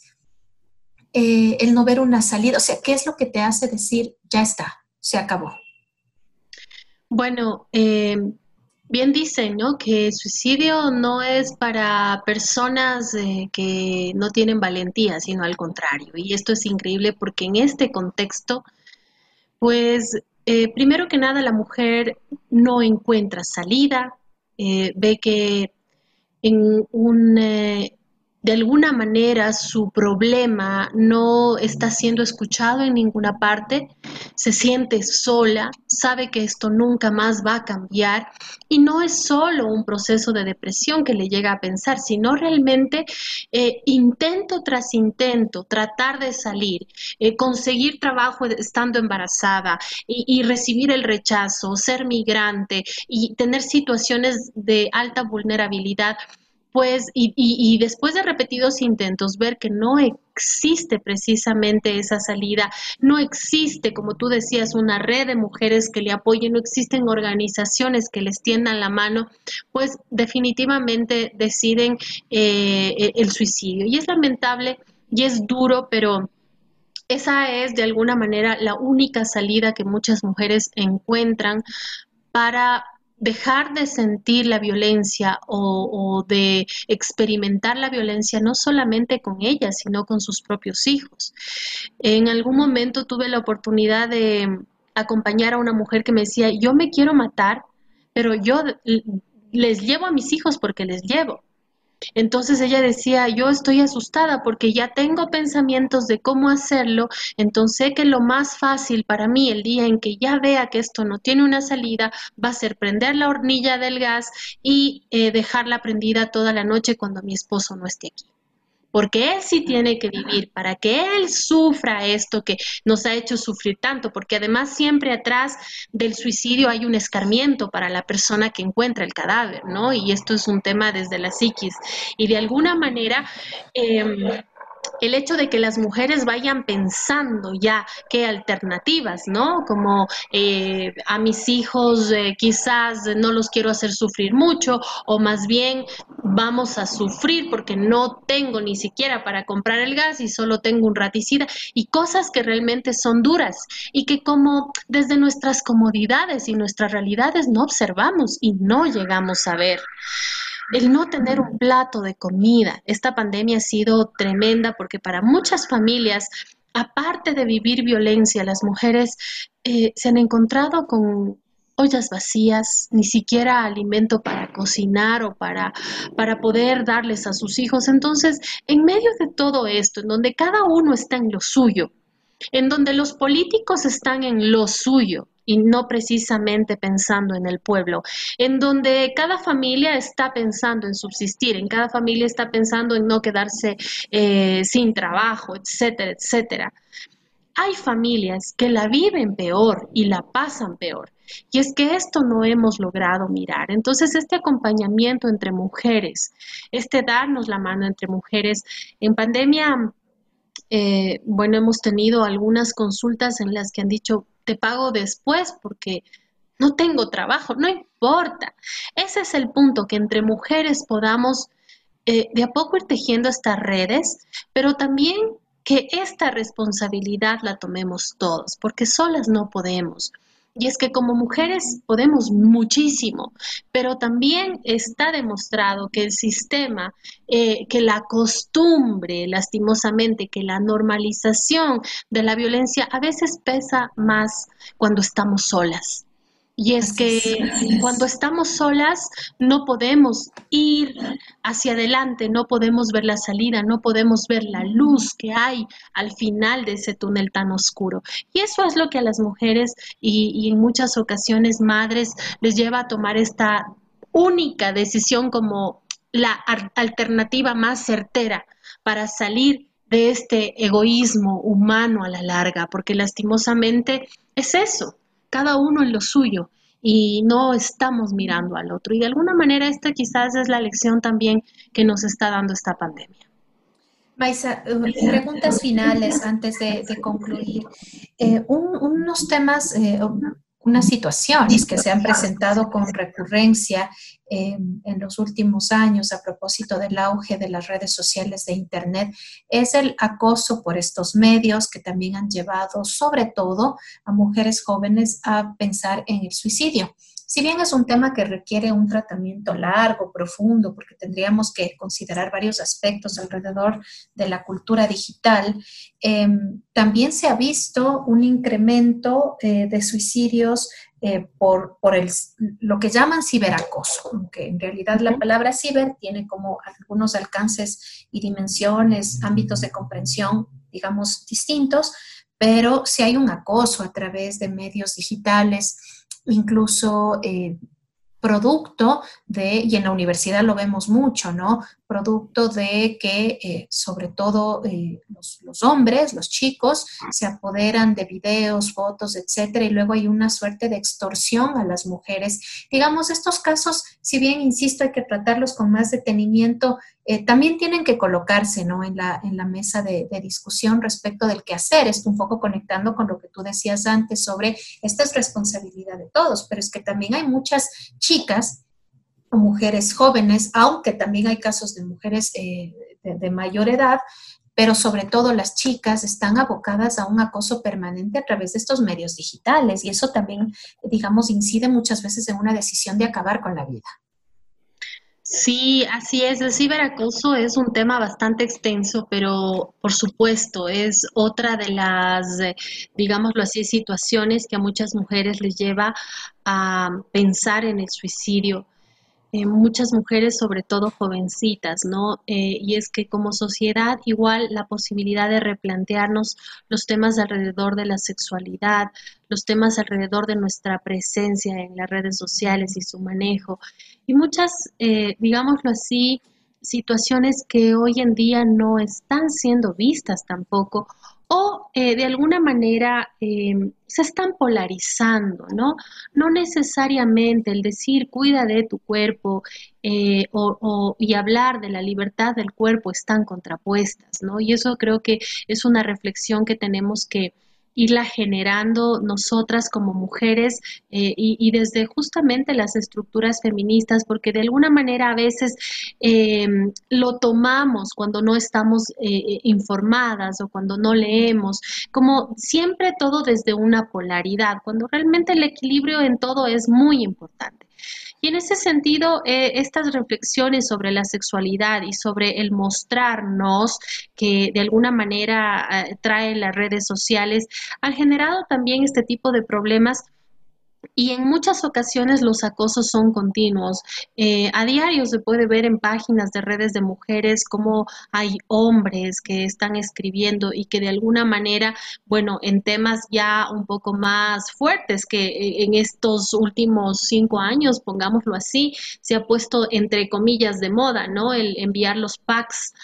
eh, el no ver una salida, o sea, ¿qué es lo que te hace decir, ya está, se acabó? Bueno, eh, bien dicen, ¿no?, que el suicidio no es para personas eh, que no tienen valentía, sino al contrario. Y esto es increíble porque en este contexto, pues, eh, primero que nada, la mujer no encuentra salida, eh, ve que en un... Eh, de alguna manera su problema no está siendo escuchado en ninguna parte, se siente sola, sabe que esto nunca más va a cambiar y no es solo un proceso de depresión que le llega a pensar, sino realmente eh, intento tras intento, tratar de salir, eh, conseguir trabajo estando embarazada y, y recibir el rechazo, ser migrante y tener situaciones de alta vulnerabilidad. Pues, y, y, y después de repetidos intentos, ver que no existe precisamente esa salida, no existe, como tú decías, una red de mujeres que le apoyen, no existen organizaciones que les tiendan la mano, pues definitivamente deciden eh, el suicidio. Y es lamentable y es duro, pero esa es de alguna manera la única salida que muchas mujeres encuentran para dejar de sentir la violencia o, o de experimentar la violencia no solamente con ellas, sino con sus propios hijos. En algún momento tuve la oportunidad de acompañar a una mujer que me decía, yo me quiero matar, pero yo les llevo a mis hijos porque les llevo. Entonces ella decía, yo estoy asustada porque ya tengo pensamientos de cómo hacerlo, entonces sé que lo más fácil para mí el día en que ya vea que esto no tiene una salida va a ser prender la hornilla del gas y eh, dejarla prendida toda la noche cuando mi esposo no esté aquí. Porque él sí tiene que vivir, para que él sufra esto que nos ha hecho sufrir tanto, porque además siempre atrás del suicidio hay un escarmiento para la persona que encuentra el cadáver, ¿no? Y esto es un tema desde la psiquis. Y de alguna manera, eh, el hecho de que las mujeres vayan pensando ya qué alternativas, ¿no? Como eh, a mis hijos eh, quizás no los quiero hacer sufrir mucho, o más bien vamos a sufrir porque no tengo ni siquiera para comprar el gas y solo tengo un raticida, y cosas que realmente son duras y que como desde nuestras comodidades y nuestras realidades no observamos y no llegamos a ver. El no tener un plato de comida. Esta pandemia ha sido tremenda porque para muchas familias, aparte de vivir violencia, las mujeres eh, se han encontrado con ollas vacías, ni siquiera alimento para cocinar o para, para poder darles a sus hijos. Entonces, en medio de todo esto, en donde cada uno está en lo suyo, en donde los políticos están en lo suyo y no precisamente pensando en el pueblo, en donde cada familia está pensando en subsistir, en cada familia está pensando en no quedarse eh, sin trabajo, etcétera, etcétera. Hay familias que la viven peor y la pasan peor. Y es que esto no hemos logrado mirar. Entonces, este acompañamiento entre mujeres, este darnos la mano entre mujeres, en pandemia, eh, bueno, hemos tenido algunas consultas en las que han dicho, te pago después porque no tengo trabajo, no importa. Ese es el punto, que entre mujeres podamos eh, de a poco ir tejiendo estas redes, pero también que esta responsabilidad la tomemos todos, porque solas no podemos. Y es que como mujeres podemos muchísimo, pero también está demostrado que el sistema, eh, que la costumbre, lastimosamente, que la normalización de la violencia a veces pesa más cuando estamos solas. Y es que cuando estamos solas no podemos ir hacia adelante, no podemos ver la salida, no podemos ver la luz que hay al final de ese túnel tan oscuro. Y eso es lo que a las mujeres y, y en muchas ocasiones madres les lleva a tomar esta única decisión como la alternativa más certera para salir de este egoísmo humano a la larga, porque lastimosamente es eso. Cada uno en lo suyo y no estamos mirando al otro. Y de alguna manera esta quizás es la lección también que nos está dando esta pandemia. Maisa, preguntas finales antes de, de concluir. Eh, un, unos temas, eh, unas situaciones que se han presentado con recurrencia eh, en los últimos años a propósito del auge de las redes sociales de Internet es el acoso por estos medios que también han llevado sobre todo a mujeres jóvenes a pensar en el suicidio. Si bien es un tema que requiere un tratamiento largo, profundo, porque tendríamos que considerar varios aspectos alrededor de la cultura digital, eh, también se ha visto un incremento eh, de suicidios eh, por, por el, lo que llaman ciberacoso, aunque en realidad la palabra ciber tiene como algunos alcances y dimensiones, ámbitos de comprensión, digamos, distintos, pero si hay un acoso a través de medios digitales, incluso eh, producto de, y en la universidad lo vemos mucho, ¿no? Producto de que eh, sobre todo eh, los, los hombres, los chicos, se apoderan de videos, fotos, etcétera, y luego hay una suerte de extorsión a las mujeres. Digamos, estos casos, si bien, insisto, hay que tratarlos con más detenimiento, eh, también tienen que colocarse, ¿no? en, la, en la mesa de, de discusión respecto del qué hacer. Esto un poco conectando con lo que tú decías antes sobre esta es responsabilidad de todos, pero es que también hay muchas chicas o mujeres jóvenes, aunque también hay casos de mujeres eh, de, de mayor edad, pero sobre todo las chicas están abocadas a un acoso permanente a través de estos medios digitales y eso también, digamos, incide muchas veces en una decisión de acabar con la vida. Sí, así es. El ciberacoso es un tema bastante extenso, pero por supuesto es otra de las, eh, digámoslo así, situaciones que a muchas mujeres les lleva a pensar en el suicidio. Eh, muchas mujeres, sobre todo jovencitas, ¿no? Eh, y es que como sociedad igual la posibilidad de replantearnos los temas alrededor de la sexualidad, los temas alrededor de nuestra presencia en las redes sociales y su manejo, y muchas, eh, digámoslo así, situaciones que hoy en día no están siendo vistas tampoco o eh, de alguna manera eh, se están polarizando, ¿no? No necesariamente el decir cuida de tu cuerpo eh, o, o, y hablar de la libertad del cuerpo están contrapuestas, ¿no? Y eso creo que es una reflexión que tenemos que irla generando nosotras como mujeres eh, y, y desde justamente las estructuras feministas, porque de alguna manera a veces eh, lo tomamos cuando no estamos eh, informadas o cuando no leemos, como siempre todo desde una polaridad, cuando realmente el equilibrio en todo es muy importante. Y en ese sentido, eh, estas reflexiones sobre la sexualidad y sobre el mostrarnos que de alguna manera eh, traen las redes sociales han generado también este tipo de problemas. Y en muchas ocasiones los acosos son continuos. Eh, a diario se puede ver en páginas de redes de mujeres cómo hay hombres que están escribiendo y que de alguna manera, bueno, en temas ya un poco más fuertes que en estos últimos cinco años, pongámoslo así, se ha puesto entre comillas de moda, ¿no? El enviar los packs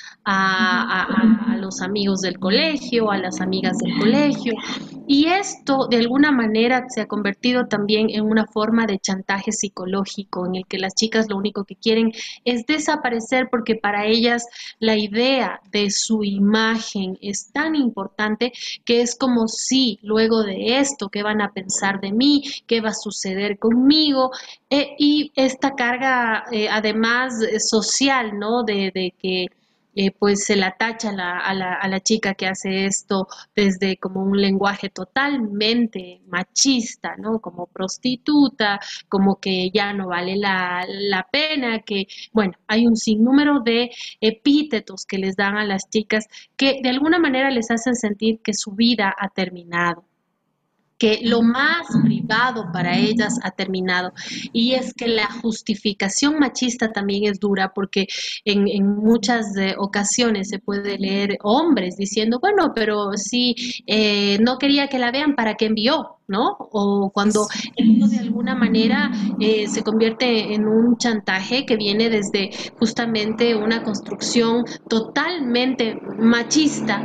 a, a, a los amigos del colegio, a las amigas del colegio. Y esto de alguna manera se ha convertido también en una forma de chantaje psicológico en el que las chicas lo único que quieren es desaparecer porque para ellas la idea de su imagen es tan importante que es como si luego de esto, ¿qué van a pensar de mí? ¿Qué va a suceder conmigo? Eh, y esta carga eh, además eh, social, ¿no? De, de que Eh, pues se la tacha a la, a, la, a la chica que hace esto desde como un lenguaje totalmente machista, ¿no? Como prostituta, como que ya no vale la, la pena, que, bueno, hay un sinnúmero de epítetos que les dan a las chicas que de alguna manera les hacen sentir que su vida ha terminado, que lo más privado para ellas ha terminado. Y es que la justificación machista también es dura porque en, en muchas eh, ocasiones se puede leer hombres diciendo, bueno, pero si eh, no quería que la vean, ¿para qué envió? ¿No? O cuando esto de alguna manera eh, se convierte en un chantaje que viene desde justamente una construcción totalmente machista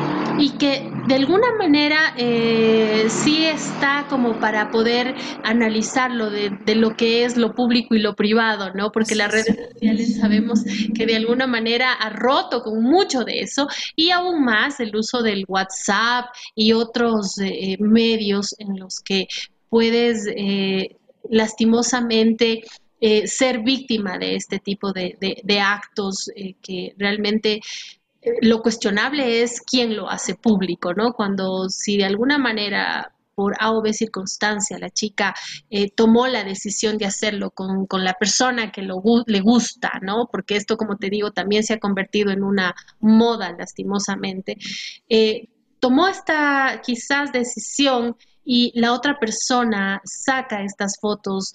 y que de alguna manera eh, sí está como para poder analizarlo de, de lo que es lo público y lo privado, ¿no? Porque las redes sociales sabemos que de alguna manera ha roto con mucho de eso y aún más el uso del WhatsApp y otros eh, medios en los que puedes eh, lastimosamente eh, ser víctima de este tipo de, de, de actos eh, que realmente lo cuestionable es quién lo hace público, ¿no? Cuando si de alguna manera por A o B circunstancia la chica eh, tomó la decisión de hacerlo con, con la persona que lo, le gusta, ¿no? Porque esto, como te digo, también se ha convertido en una moda, lastimosamente. Eh, tomó esta quizás decisión y la otra persona saca estas fotos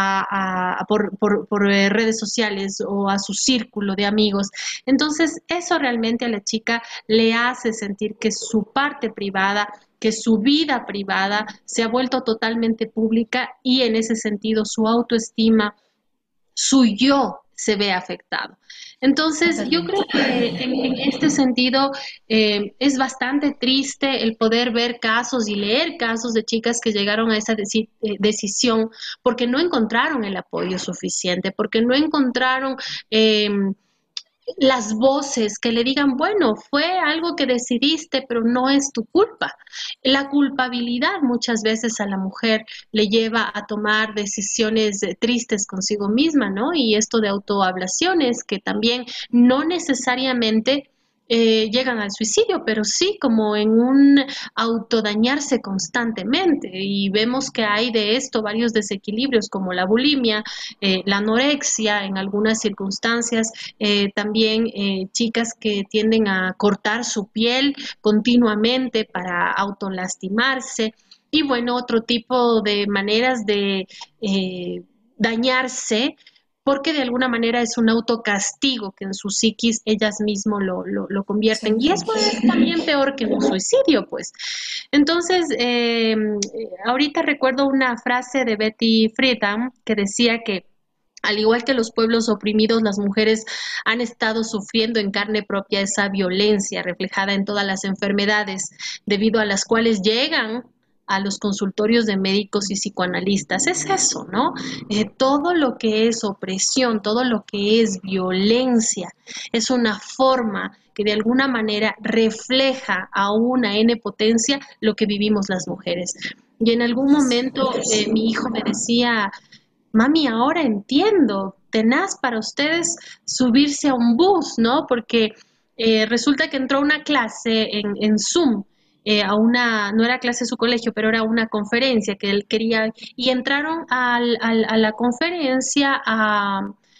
a, a, por, por, por redes sociales o a su círculo de amigos. Entonces, eso realmente a la chica le hace sentir que su parte privada, que su vida privada se ha vuelto totalmente pública y en ese sentido su autoestima, su yo se ve afectado. Entonces, yo creo que en, en este sentido eh, es bastante triste el poder ver casos y leer casos de chicas que llegaron a esa deci- eh, decisión porque no encontraron el apoyo suficiente, porque no encontraron eh, las voces que le digan, bueno, fue algo que decidiste, pero no es tu culpa. La culpabilidad muchas veces a la mujer le lleva a tomar decisiones tristes consigo misma, ¿no? Y esto de autoablaciones que también no necesariamente eh, llegan al suicidio, pero sí como en un autodañarse constantemente. Y vemos que hay de esto varios desequilibrios como la bulimia, eh, la anorexia en algunas circunstancias, eh, también eh, chicas que tienden a cortar su piel continuamente para autolastimarse y bueno, otro tipo de maneras de eh, dañarse porque de alguna manera es un autocastigo que en su psiquis ellas mismas lo, lo, lo convierten. Sí, y eso es también peor que un suicidio, pues. Entonces, eh, ahorita recuerdo una frase de Betty Friedan que decía que Al igual que los pueblos oprimidos, las mujeres han estado sufriendo en carne propia esa violencia reflejada en todas las enfermedades, debido a las cuales llegan a los consultorios de médicos y psicoanalistas. Es eso, ¿no? Eh, todo lo que es opresión, todo lo que es violencia, es una forma que de alguna manera refleja a una N potencia lo que vivimos las mujeres. Y en algún momento eh, mi hijo me decía: mami, ahora entiendo, tenaz para ustedes subirse a un bus, ¿no? Porque eh, resulta que entró a una clase en, en Zoom, eh, a una, no era clase de su colegio, pero era una conferencia que él quería, y entraron al, al, a la conferencia a,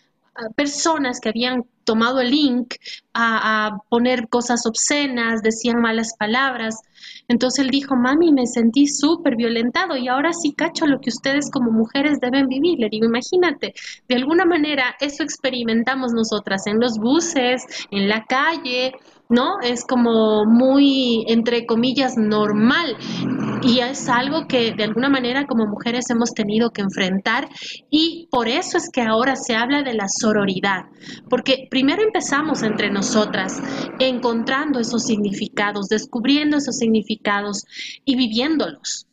a personas que habían tomado el link a, a poner cosas obscenas, decían malas palabras. Entonces él dijo: mami, me sentí súper violentado y ahora sí cacho lo que ustedes como mujeres deben vivir. Le digo: imagínate, de alguna manera eso experimentamos nosotras en los buses, en la calle, ¿no? Es como muy, entre comillas, normal, y es algo que de alguna manera como mujeres hemos tenido que enfrentar, y por eso es que ahora se habla de la sororidad, porque primero empezamos entre nosotras encontrando esos significados, descubriendo esos significados y viviéndolos.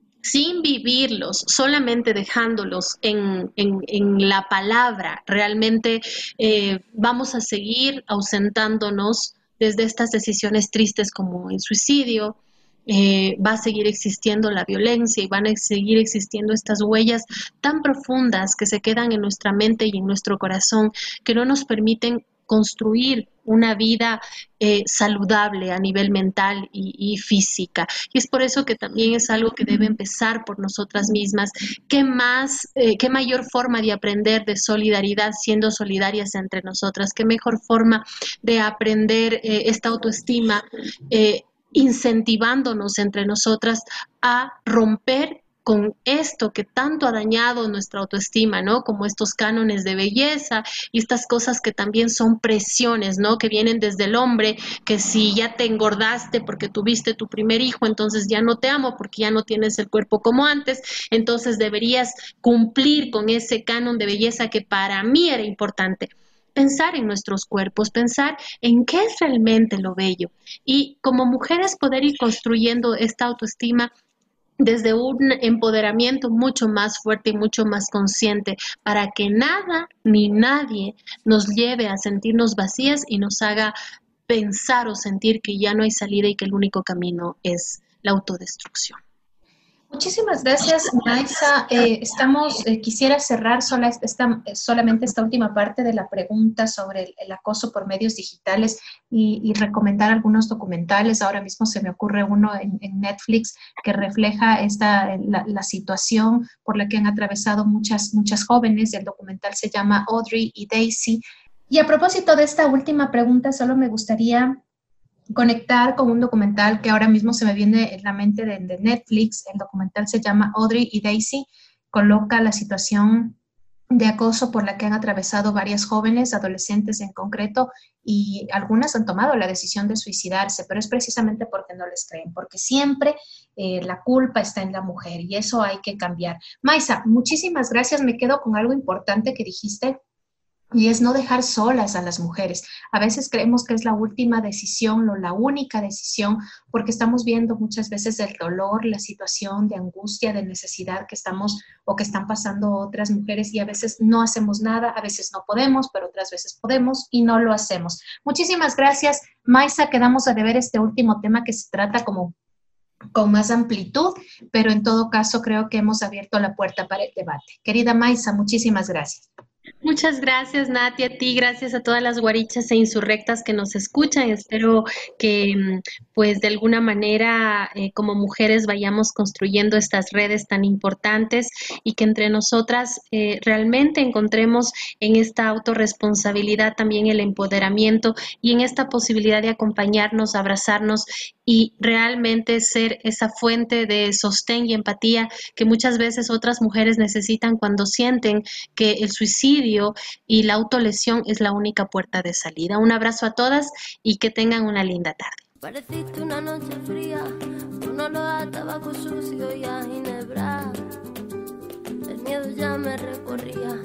Sin vivirlos, solamente dejándolos en, en, en la palabra, realmente eh, vamos a seguir ausentándonos desde estas decisiones tristes como el suicidio. Eh, va a seguir existiendo la violencia y van a seguir existiendo estas huellas tan profundas que se quedan en nuestra mente y en nuestro corazón, que no nos permiten construir una vida eh, saludable a nivel mental y, y física. Y es por eso que también es algo que debe empezar por nosotras mismas. ¿Qué más, eh, qué mayor forma de aprender de solidaridad siendo solidarias entre nosotras? ¿Qué mejor forma de aprender eh, esta autoestima eh, incentivándonos entre nosotras a romper con esto que tanto ha dañado nuestra autoestima, ¿no? Como estos cánones de belleza y estas cosas que también son presiones, ¿no? Que vienen desde el hombre, que si ya te engordaste porque tuviste tu primer hijo, entonces ya no te amo porque ya no tienes el cuerpo como antes, entonces deberías cumplir con ese canon de belleza que para mí era importante. Pensar en nuestros cuerpos, pensar en qué es realmente lo bello, y como mujeres poder ir construyendo esta autoestima desde un empoderamiento mucho más fuerte y mucho más consciente, para que nada ni nadie nos lleve a sentirnos vacías y nos haga pensar o sentir que ya no hay salida y que el único camino es la autodestrucción. Muchísimas gracias, Maisa. Eh, estamos, eh, quisiera cerrar sola esta, solamente esta última parte de la pregunta sobre el, el acoso por medios digitales y, y recomendar algunos documentales. Ahora mismo se me ocurre uno en, en Netflix que refleja esta, la, la situación por la que han atravesado muchas, muchas jóvenes. El documental se llama Audrey y Daisy. Y a propósito de esta última pregunta, solo me gustaría conectar con un documental que ahora mismo se me viene en la mente de, de Netflix. El documental se llama Audrey y Daisy, coloca la situación de acoso por la que han atravesado varias jóvenes, adolescentes en concreto, y algunas han tomado la decisión de suicidarse, pero es precisamente porque no les creen, porque siempre eh, la culpa está en la mujer y eso hay que cambiar. Maisa, muchísimas gracias. Me quedo con algo importante que dijiste, y es no dejar solas a las mujeres. A veces creemos que es la última decisión o la única decisión, porque estamos viendo muchas veces el dolor, la situación de angustia, de necesidad que estamos o que están pasando otras mujeres, y a veces no hacemos nada, a veces no podemos, pero otras veces podemos y no lo hacemos. Muchísimas gracias, Maisa. Quedamos a deber este último tema que se trata como con más amplitud, pero en todo caso creo que hemos abierto la puerta para el debate. Querida Maisa, muchísimas gracias. Muchas gracias, Nati, a ti, gracias a todas las guarichas e insurrectas que nos escuchan. Espero que, pues, de alguna manera, eh, como mujeres vayamos construyendo estas redes tan importantes y que entre nosotras eh, realmente encontremos en esta autorresponsabilidad también el empoderamiento y en esta posibilidad de acompañarnos, abrazarnos y realmente ser esa fuente de sostén y empatía que muchas veces otras mujeres necesitan cuando sienten que el suicidio y la autolesión es la única puerta de salida. Un abrazo a todas y que tengan una linda tarde. Pareciste una noche fría, un olor a tabaco sucio y a ginebra. El miedo ya me recorría,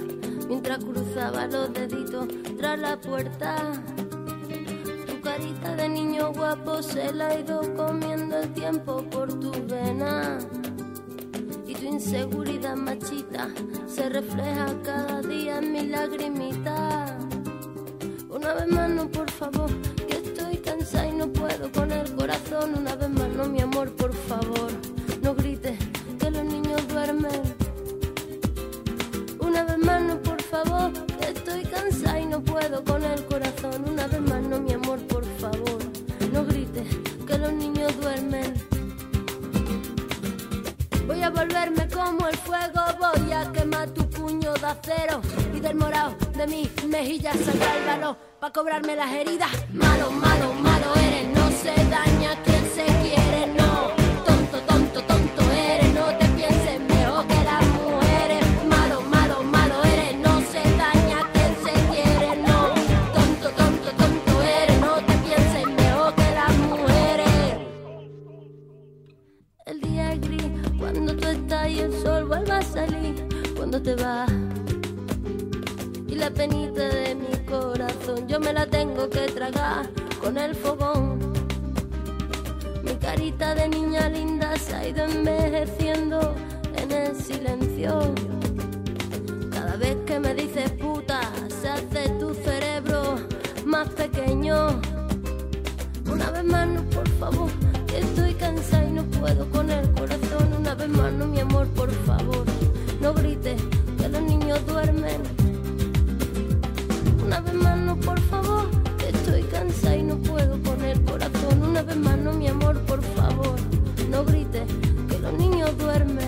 mientras cruzaba los deditos tras la puerta. Tu carita de niño guapo se la ha ido comiendo el tiempo por tus venas. Y tu inseguridad machita se refleja cada día en mi lagrimita. Una vez más no, por favor, que estoy cansada y no puedo con el corazón. Una vez más no, mi amor, por favor, no grites que los niños duermen. Una vez más no, por favor, que estoy cansada y no puedo con el corazón. Una vez más no, mi amor, por favor, no grites que los niños duermen. Voy a volverme como el fuego, voy a quemar tu puño de acero y del morado de mis mejillas saldrá el valor pa' cobrarme las heridas. Malo, malo, malo eres, no se daña quien se quiere, no. Tonto, tonto, tonto eres, no te pienses mejor que las mujeres. Malo, malo, malo eres, no se daña quien se quiere, no. Tonto, tonto, tonto eres, no te pienses mejor que las mujeres. El día es gris cuando tú estás y el sol vuelve a salir cuando te vas. Y la penita de mi corazón yo me la tengo que tragar con el fogón. Mi carita de niña linda se ha ido envejeciendo en el silencio. Cada vez que me dices puta se hace tu cerebro más pequeño. Una vez más no, por favor, que estoy cansada y no puedo con el corazón. Una vez más no, mi amor, por favor, no grites que los niños duermen. Una vez más no, por favor, que estoy cansada y no puedo con el corazón. Una vez más no, mi amor, por favor, no grites que los niños duermen.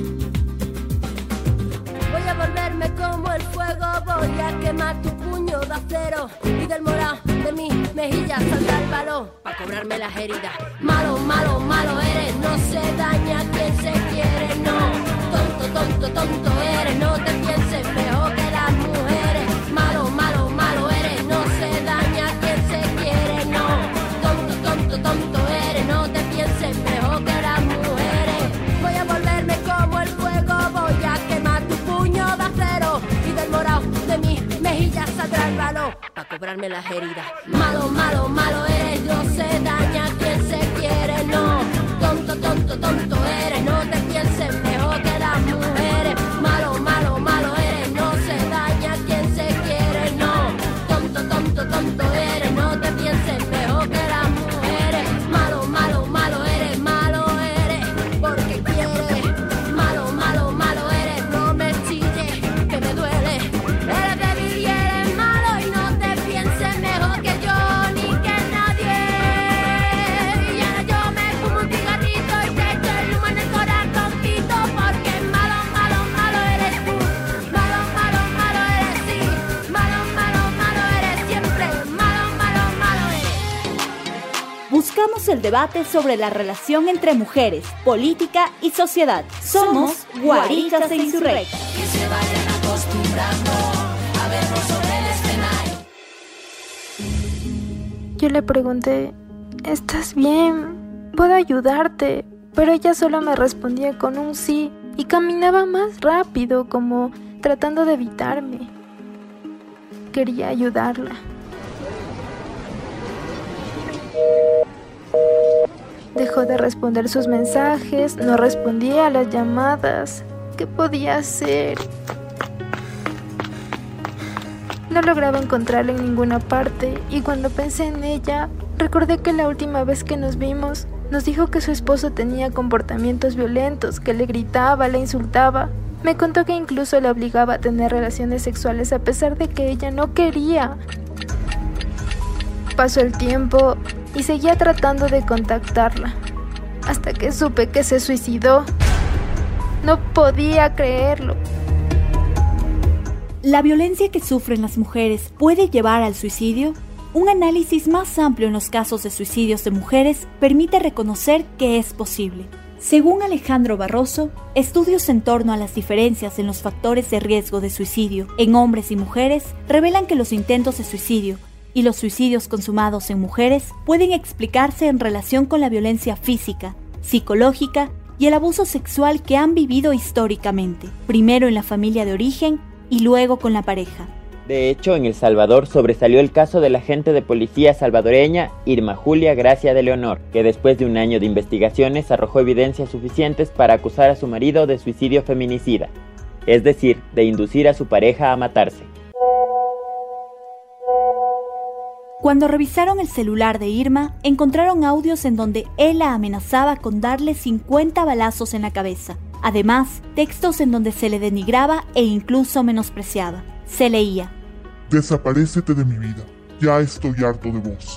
Voy a volverme como el fuego, voy a quemar tu puño de acero y del morado de mis mejillas saldrá el valor pa' cobrarme las heridas. Malo, malo, malo eres, no se daña quien se quiere, no. Tonto, tonto, tonto eres, no te pienses mejor que las mujeres. Malo, malo, malo eres, no se daña quien se quiere, no. Tonto, tonto, tonto eres, no te pienses mejor que las mujeres. Voy a volverme como el fuego, voy a quemar tu puño de acero y del morado de mis mejillas saldrá el valor pa' cobrarme las heridas. Malo, malo, malo eres, no se daña quien se quiere, no. Tonto, tonto, tonto eres, no te pienses mejor que las mujeres. Malo, malo, malo eres, no se daña quien se quiere, no. Tonto, tonto, tonto eres, no te pienses mejor que las mujeres. Malo, malo, malo eres, malo eres, porque quieres. Malo, malo, malo eres, no me chilles, que me duele. Eres débil y eres malo y no te pienses mejor que yo ni que nadie. Y ahora yo me fumo un cigarrito y te echo el humo en el corazoncito, porque malo, malo, malo eres tú. Malo, malo, malo eres sí. Malo, malo, malo eres siempre. Malo, malo, malo eres. Buscamos el debate sobre la relación entre mujeres, política y sociedad. Somos Guarichas e Insurrectas. Que se vayan acostumbrando a vernos sobre el escenario. Yo le pregunté, ¿estás bien? ¿Puedo ayudarte? Pero ella solo me respondía con un sí y caminaba más rápido, como tratando de evitarme. Quería ayudarla. Dejó de responder sus mensajes, no respondía a las llamadas. ¿Qué podía hacer? No lograba encontrarla en ninguna parte y cuando pensé en ella, recordé que la última vez que nos vimos, nos dijo que su esposo tenía comportamientos violentos, que le gritaba, le insultaba. Me contó que incluso le obligaba a tener relaciones sexuales a pesar de que ella no quería. Pasó el tiempo y seguía tratando de contactarla, hasta que supe que se suicidó. No podía creerlo. ¿La violencia que sufren las mujeres puede llevar al suicidio? Un análisis más amplio en los casos de suicidios de mujeres permite reconocer que es posible. Según Alejandro Barroso, estudios en torno a las diferencias en los factores de riesgo de suicidio en hombres y mujeres revelan que los intentos de suicidio y los suicidios consumados en mujeres pueden explicarse en relación con la violencia física, psicológica y el abuso sexual que han vivido históricamente, primero en la familia de origen y luego con la pareja. De hecho, en El Salvador sobresalió el caso de la agente de policía salvadoreña Irma Julia Gracia de Leonor, que después de un año de investigaciones arrojó evidencias suficientes para acusar a su marido de suicidio feminicida, es decir, de inducir a su pareja a matarse. Cuando revisaron el celular de Irma, encontraron audios en donde él la amenazaba con darle cincuenta balazos en la cabeza. Además, textos en donde se le denigraba e incluso menospreciaba. Se leía: desaparécete de mi vida, ya estoy harto de vos.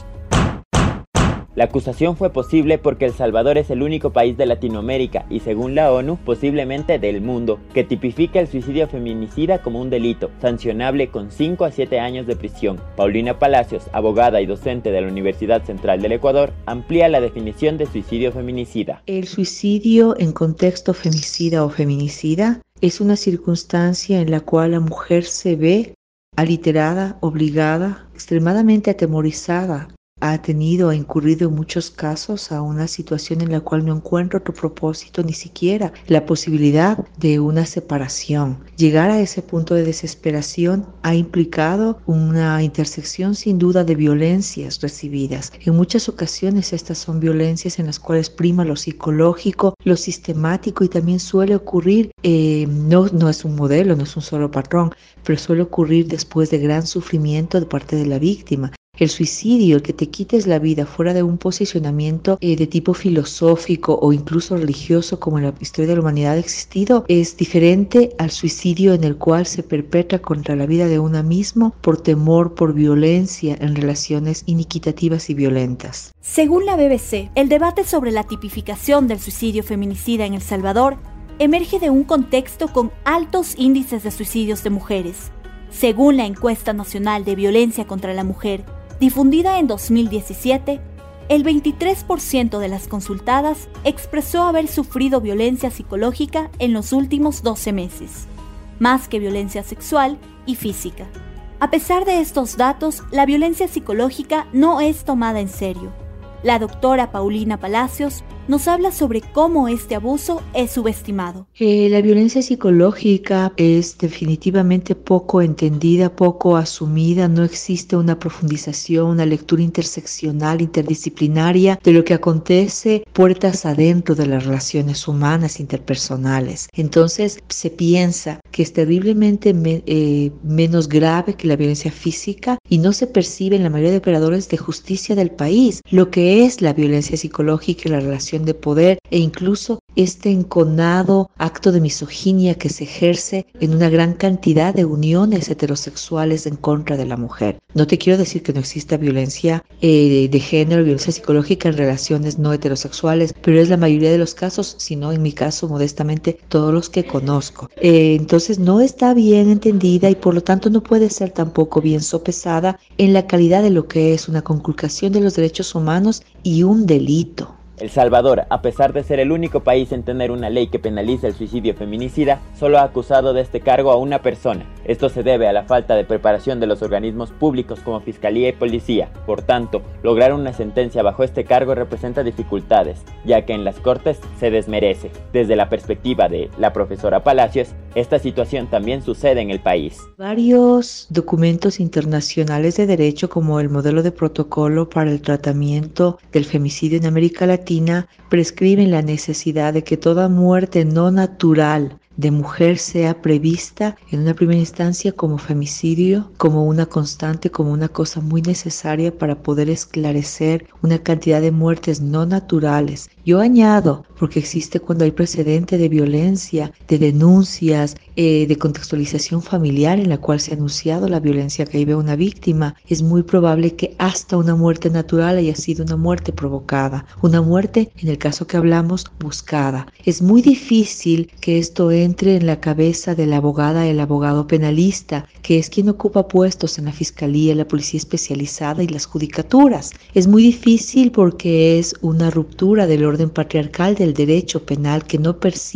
La acusación fue posible porque El Salvador es el único país de Latinoamérica y, según la ONU, posiblemente del mundo, que tipifica el suicidio feminicida como un delito, sancionable con cinco a siete años de prisión. Paulina Palacios, abogada y docente de la Universidad Central del Ecuador, amplía la definición de suicidio feminicida. El suicidio en contexto femicida o feminicida es una circunstancia en la cual la mujer se ve aliterada, obligada, extremadamente atemorizada. Ha tenido, ha incurrido en muchos casos a una situación en la cual no encuentra otro propósito, ni siquiera la posibilidad de una separación. Llegar a ese punto de desesperación ha implicado una intersección sin duda de violencias recibidas. En muchas ocasiones estas son violencias en las cuales prima lo psicológico, lo sistemático, y también suele ocurrir, eh, no, no es un modelo, no es un solo patrón, pero suele ocurrir después de gran sufrimiento de parte de la víctima. El suicidio, el que te quites la vida fuera de un posicionamiento eh, de tipo filosófico o incluso religioso como en la historia de la humanidad ha existido, es diferente al suicidio en el cual se perpetra contra la vida de uno mismo por temor, por violencia en relaciones iniquitativas y violentas. Según la B B C, el debate sobre la tipificación del suicidio feminicida en El Salvador emerge de un contexto con altos índices de suicidios de mujeres. Según la Encuesta Nacional de Violencia contra la Mujer, difundida en dos mil diecisiete, el veintitrés por ciento de las consultadas expresó haber sufrido violencia psicológica en los últimos doce meses, más que violencia sexual y física. A pesar de estos datos, la violencia psicológica no es tomada en serio. La doctora Paulina Palacios nos habla sobre cómo este abuso es subestimado. Eh, la violencia psicológica es definitivamente poco entendida, poco asumida. No existe una profundización, una lectura interseccional, interdisciplinaria de lo que acontece puertas adentro de las relaciones humanas interpersonales. Entonces se piensa que es terriblemente me, eh, menos grave que la violencia física y no se percibe en la mayoría de operadores de justicia del país lo que es la violencia psicológica y la relación de poder e incluso este enconado acto de misoginia que se ejerce en una gran cantidad de uniones heterosexuales en contra de la mujer. No te quiero decir que no exista violencia eh, de género, violencia psicológica en relaciones no heterosexuales, pero es la mayoría de los casos, si no en mi caso modestamente todos los que conozco. Eh, entonces no está bien entendida y por lo tanto no puede ser tampoco bien sopesada en la calidad de lo que es una conculcación de los derechos humanos y un delito. El Salvador, a pesar de ser el único país en tener una ley que penaliza el suicidio feminicida, solo ha acusado de este cargo a una persona. Esto se debe a la falta de preparación de los organismos públicos como Fiscalía y Policía. Por tanto, lograr una sentencia bajo este cargo representa dificultades, ya que en las Cortes se desmerece. Desde la perspectiva de la profesora Palacios, esta situación también sucede en el país. Varios documentos internacionales de derecho, como el modelo de protocolo para el tratamiento del femicidio en América Latina, prescriben la necesidad de que toda muerte no natural de mujer sea prevista en una primera instancia como femicidio, como una constante, como una cosa muy necesaria para poder esclarecer una cantidad de muertes no naturales. Yo añado, porque existe cuando hay precedente de violencia, de denuncias, eh, de contextualización familiar en la cual se ha anunciado la violencia que vive una víctima, es muy probable que hasta una muerte natural haya sido una muerte provocada, una muerte, en el caso que hablamos, buscada. Es muy difícil que esto entre en la cabeza de la abogada, el abogado penalista, que es quien ocupa puestos en la Fiscalía, la Policía Especializada y las judicaturas. Es muy difícil porque es una ruptura del orden patriarcal del derecho penal que no percibe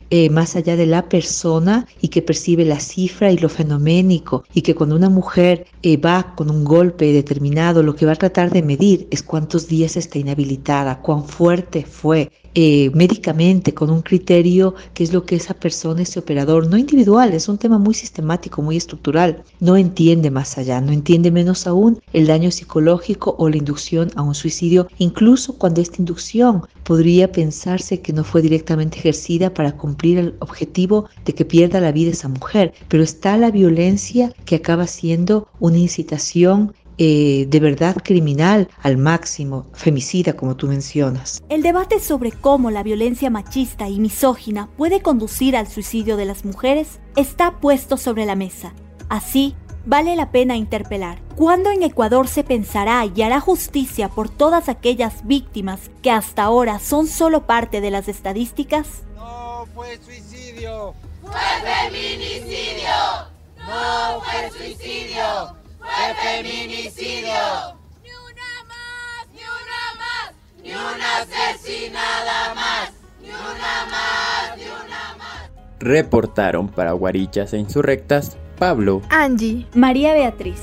eh, más allá de la persona y que percibe la cifra y lo fenoménico, y que cuando una mujer eh, va con un golpe determinado, lo que va a tratar de medir es cuántos días está inhabilitada, cuán fuerte fue eh, médicamente, con un criterio que es lo que esa persona, ese operador, no individual, es un tema muy sistemático, muy estructural, no entiende más allá, no entiende menos aún el daño psicológico o la inducción a un suicidio, incluso cuando esta inducción podría pensarse que no fue directamente ejercida para cumplir el objetivo de que pierda la vida esa mujer, pero está la violencia que acaba siendo una incitación Eh, de verdad criminal al máximo, femicida como tú mencionas. El debate sobre cómo la violencia machista y misógina puede conducir al suicidio de las mujeres está puesto sobre la mesa. Así, vale la pena interpelar. ¿Cuándo en Ecuador se pensará y hará justicia por todas aquellas víctimas que hasta ahora son solo parte de las estadísticas? No fue suicidio. Fue feminicidio. No fue suicidio. ¡Fue feminicidio! ¡Ni una más! ¡Ni una más! ¡Ni una asesinada más! ¡Ni una más! ¡Ni una más! Reportaron para Guarichas e Insurrectas Pablo, Angie, María Beatriz.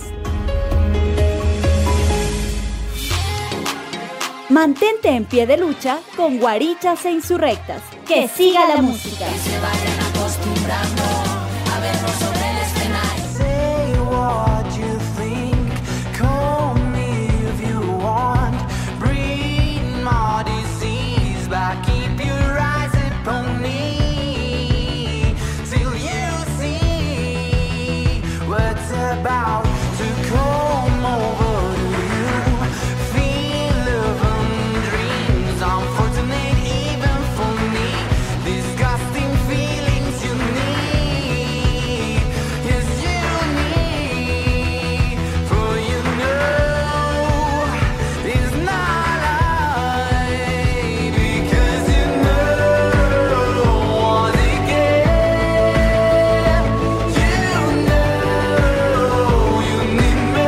Mantente en pie de lucha con Guarichas e Insurrectas. ¡Que siga la música! Que se vayan acostumbrando a vernos sobre el escenario. Say what you think, call me if you want. Breed my disease, but keep your eyes upon me till you see what's about to come over to you. Feel love and dreams, unfortunate even for me. Disgusting feelings you need, yes you need, for you know it's not right, because you know what it gets. You know you need me.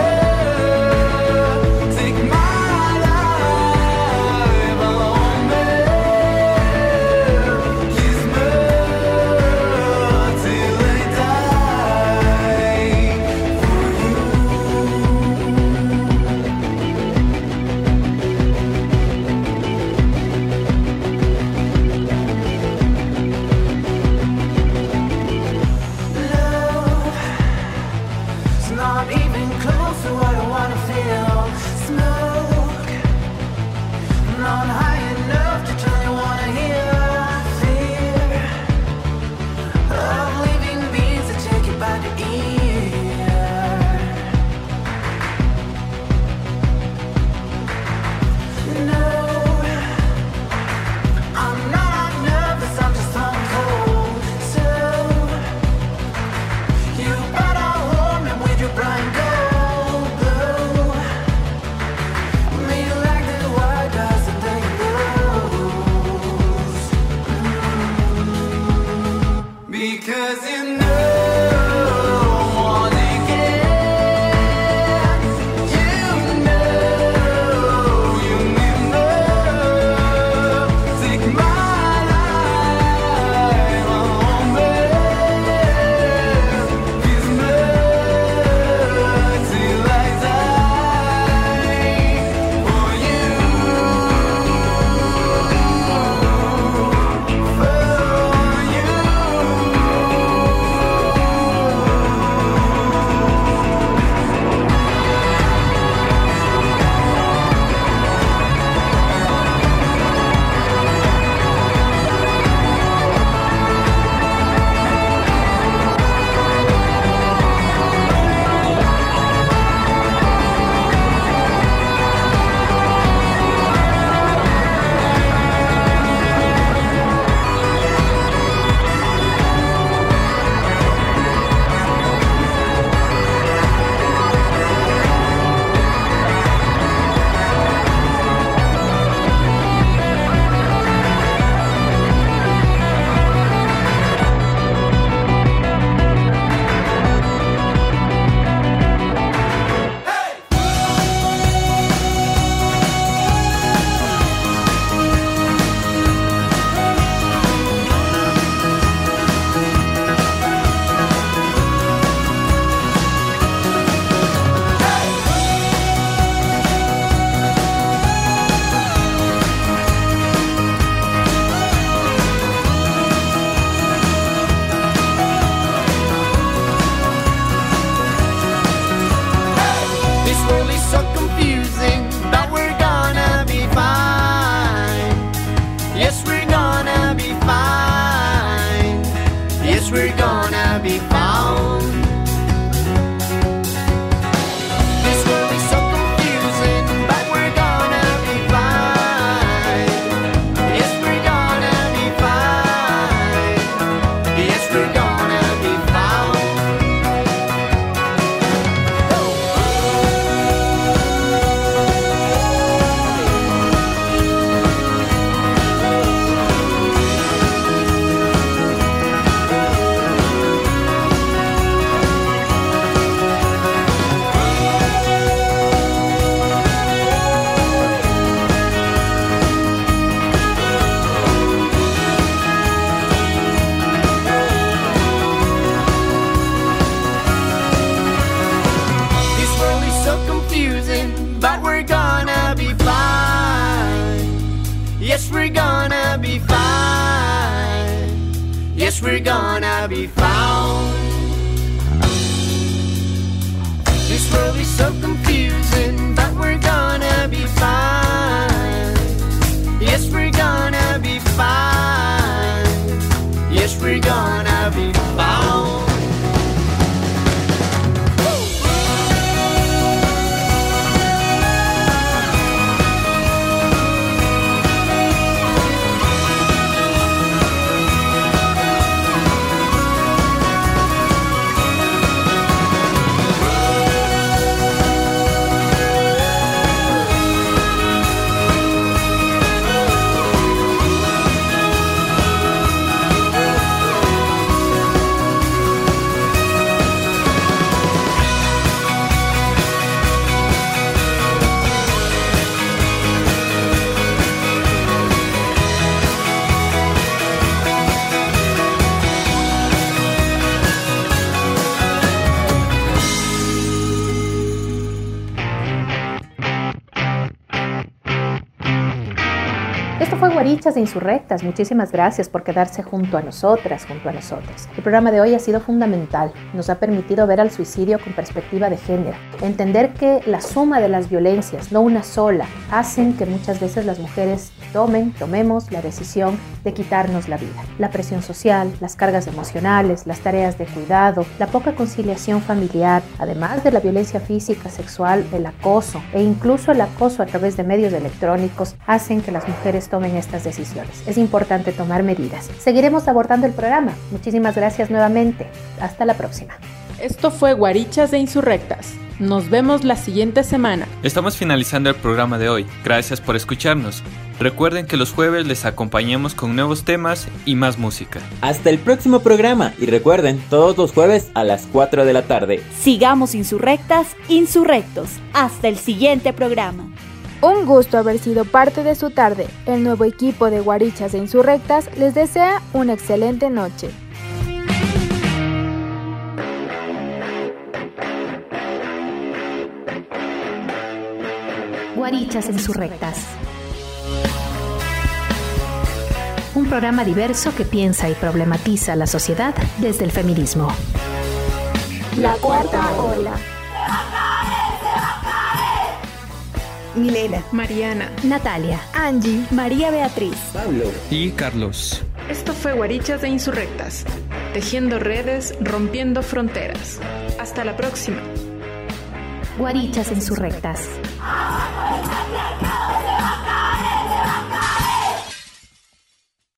Take my life on me. Kiss me till I die for you. Love is not even close to what I wanna feel. Smoke, not high enough to tell you what I hear. Fear of living beings that take you by the ear. No, I'm not nervous, I'm just stone cold. So you better hold me with your blind gold glow. Me like the white dust and then goes. Because you know what it gets. You know you need love. Take my life on me. Kiss me till I die for you. For you. be found. This world is so confusing, but we're gonna be fine. Yes, we're gonna be fine. Yes, we're gonna be found. This world is so confusing, but we're gonna be fine. Yes, we're gonna be fine. Yes, we're gonna be found. This world is so confusing, but we're gonna be fine. Yes, we're gonna be fine. Yes, we're gonna be found. Esto fue Guarichas e Insurrectas. Muchísimas gracias por quedarse junto a nosotras, junto a nosotros. El programa de hoy ha sido fundamental. Nos ha permitido ver al suicidio con perspectiva de género. Entender que la suma de las violencias, no una sola, hacen que muchas veces las mujeres tomen, tomemos la decisión de quitarnos la vida. La presión social, las cargas emocionales, las tareas de cuidado, la poca conciliación familiar, además de la violencia física, sexual, el acoso e incluso el acoso a través de medios electrónicos, hacen que las mujeres tomen estas decisiones. Es importante tomar medidas. Seguiremos abordando el programa. Muchísimas gracias nuevamente. Hasta la próxima. Esto fue Guarichas e Insurrectas. Nos vemos la siguiente semana. Estamos finalizando el programa de hoy. Gracias por escucharnos. Recuerden que los jueves les acompañamos con nuevos temas y más música. Hasta el próximo programa y recuerden, todos los jueves a las cuatro de la tarde. Sigamos insurrectas, insurrectos. Hasta el siguiente programa. Un gusto haber sido parte de su tarde. El nuevo equipo de Guarichas e Insurrectas les desea una excelente noche. Guarichas e Insurrectas. Un programa diverso que piensa y problematiza la sociedad desde el feminismo. La cuarta ola. Milena, Mariana, Natalia, Angie, María Beatriz, Pablo y Carlos. Esto fue Guarichas e Insurrectas. Tejiendo redes, rompiendo fronteras. Hasta la próxima. Guarichas e Insurrectas.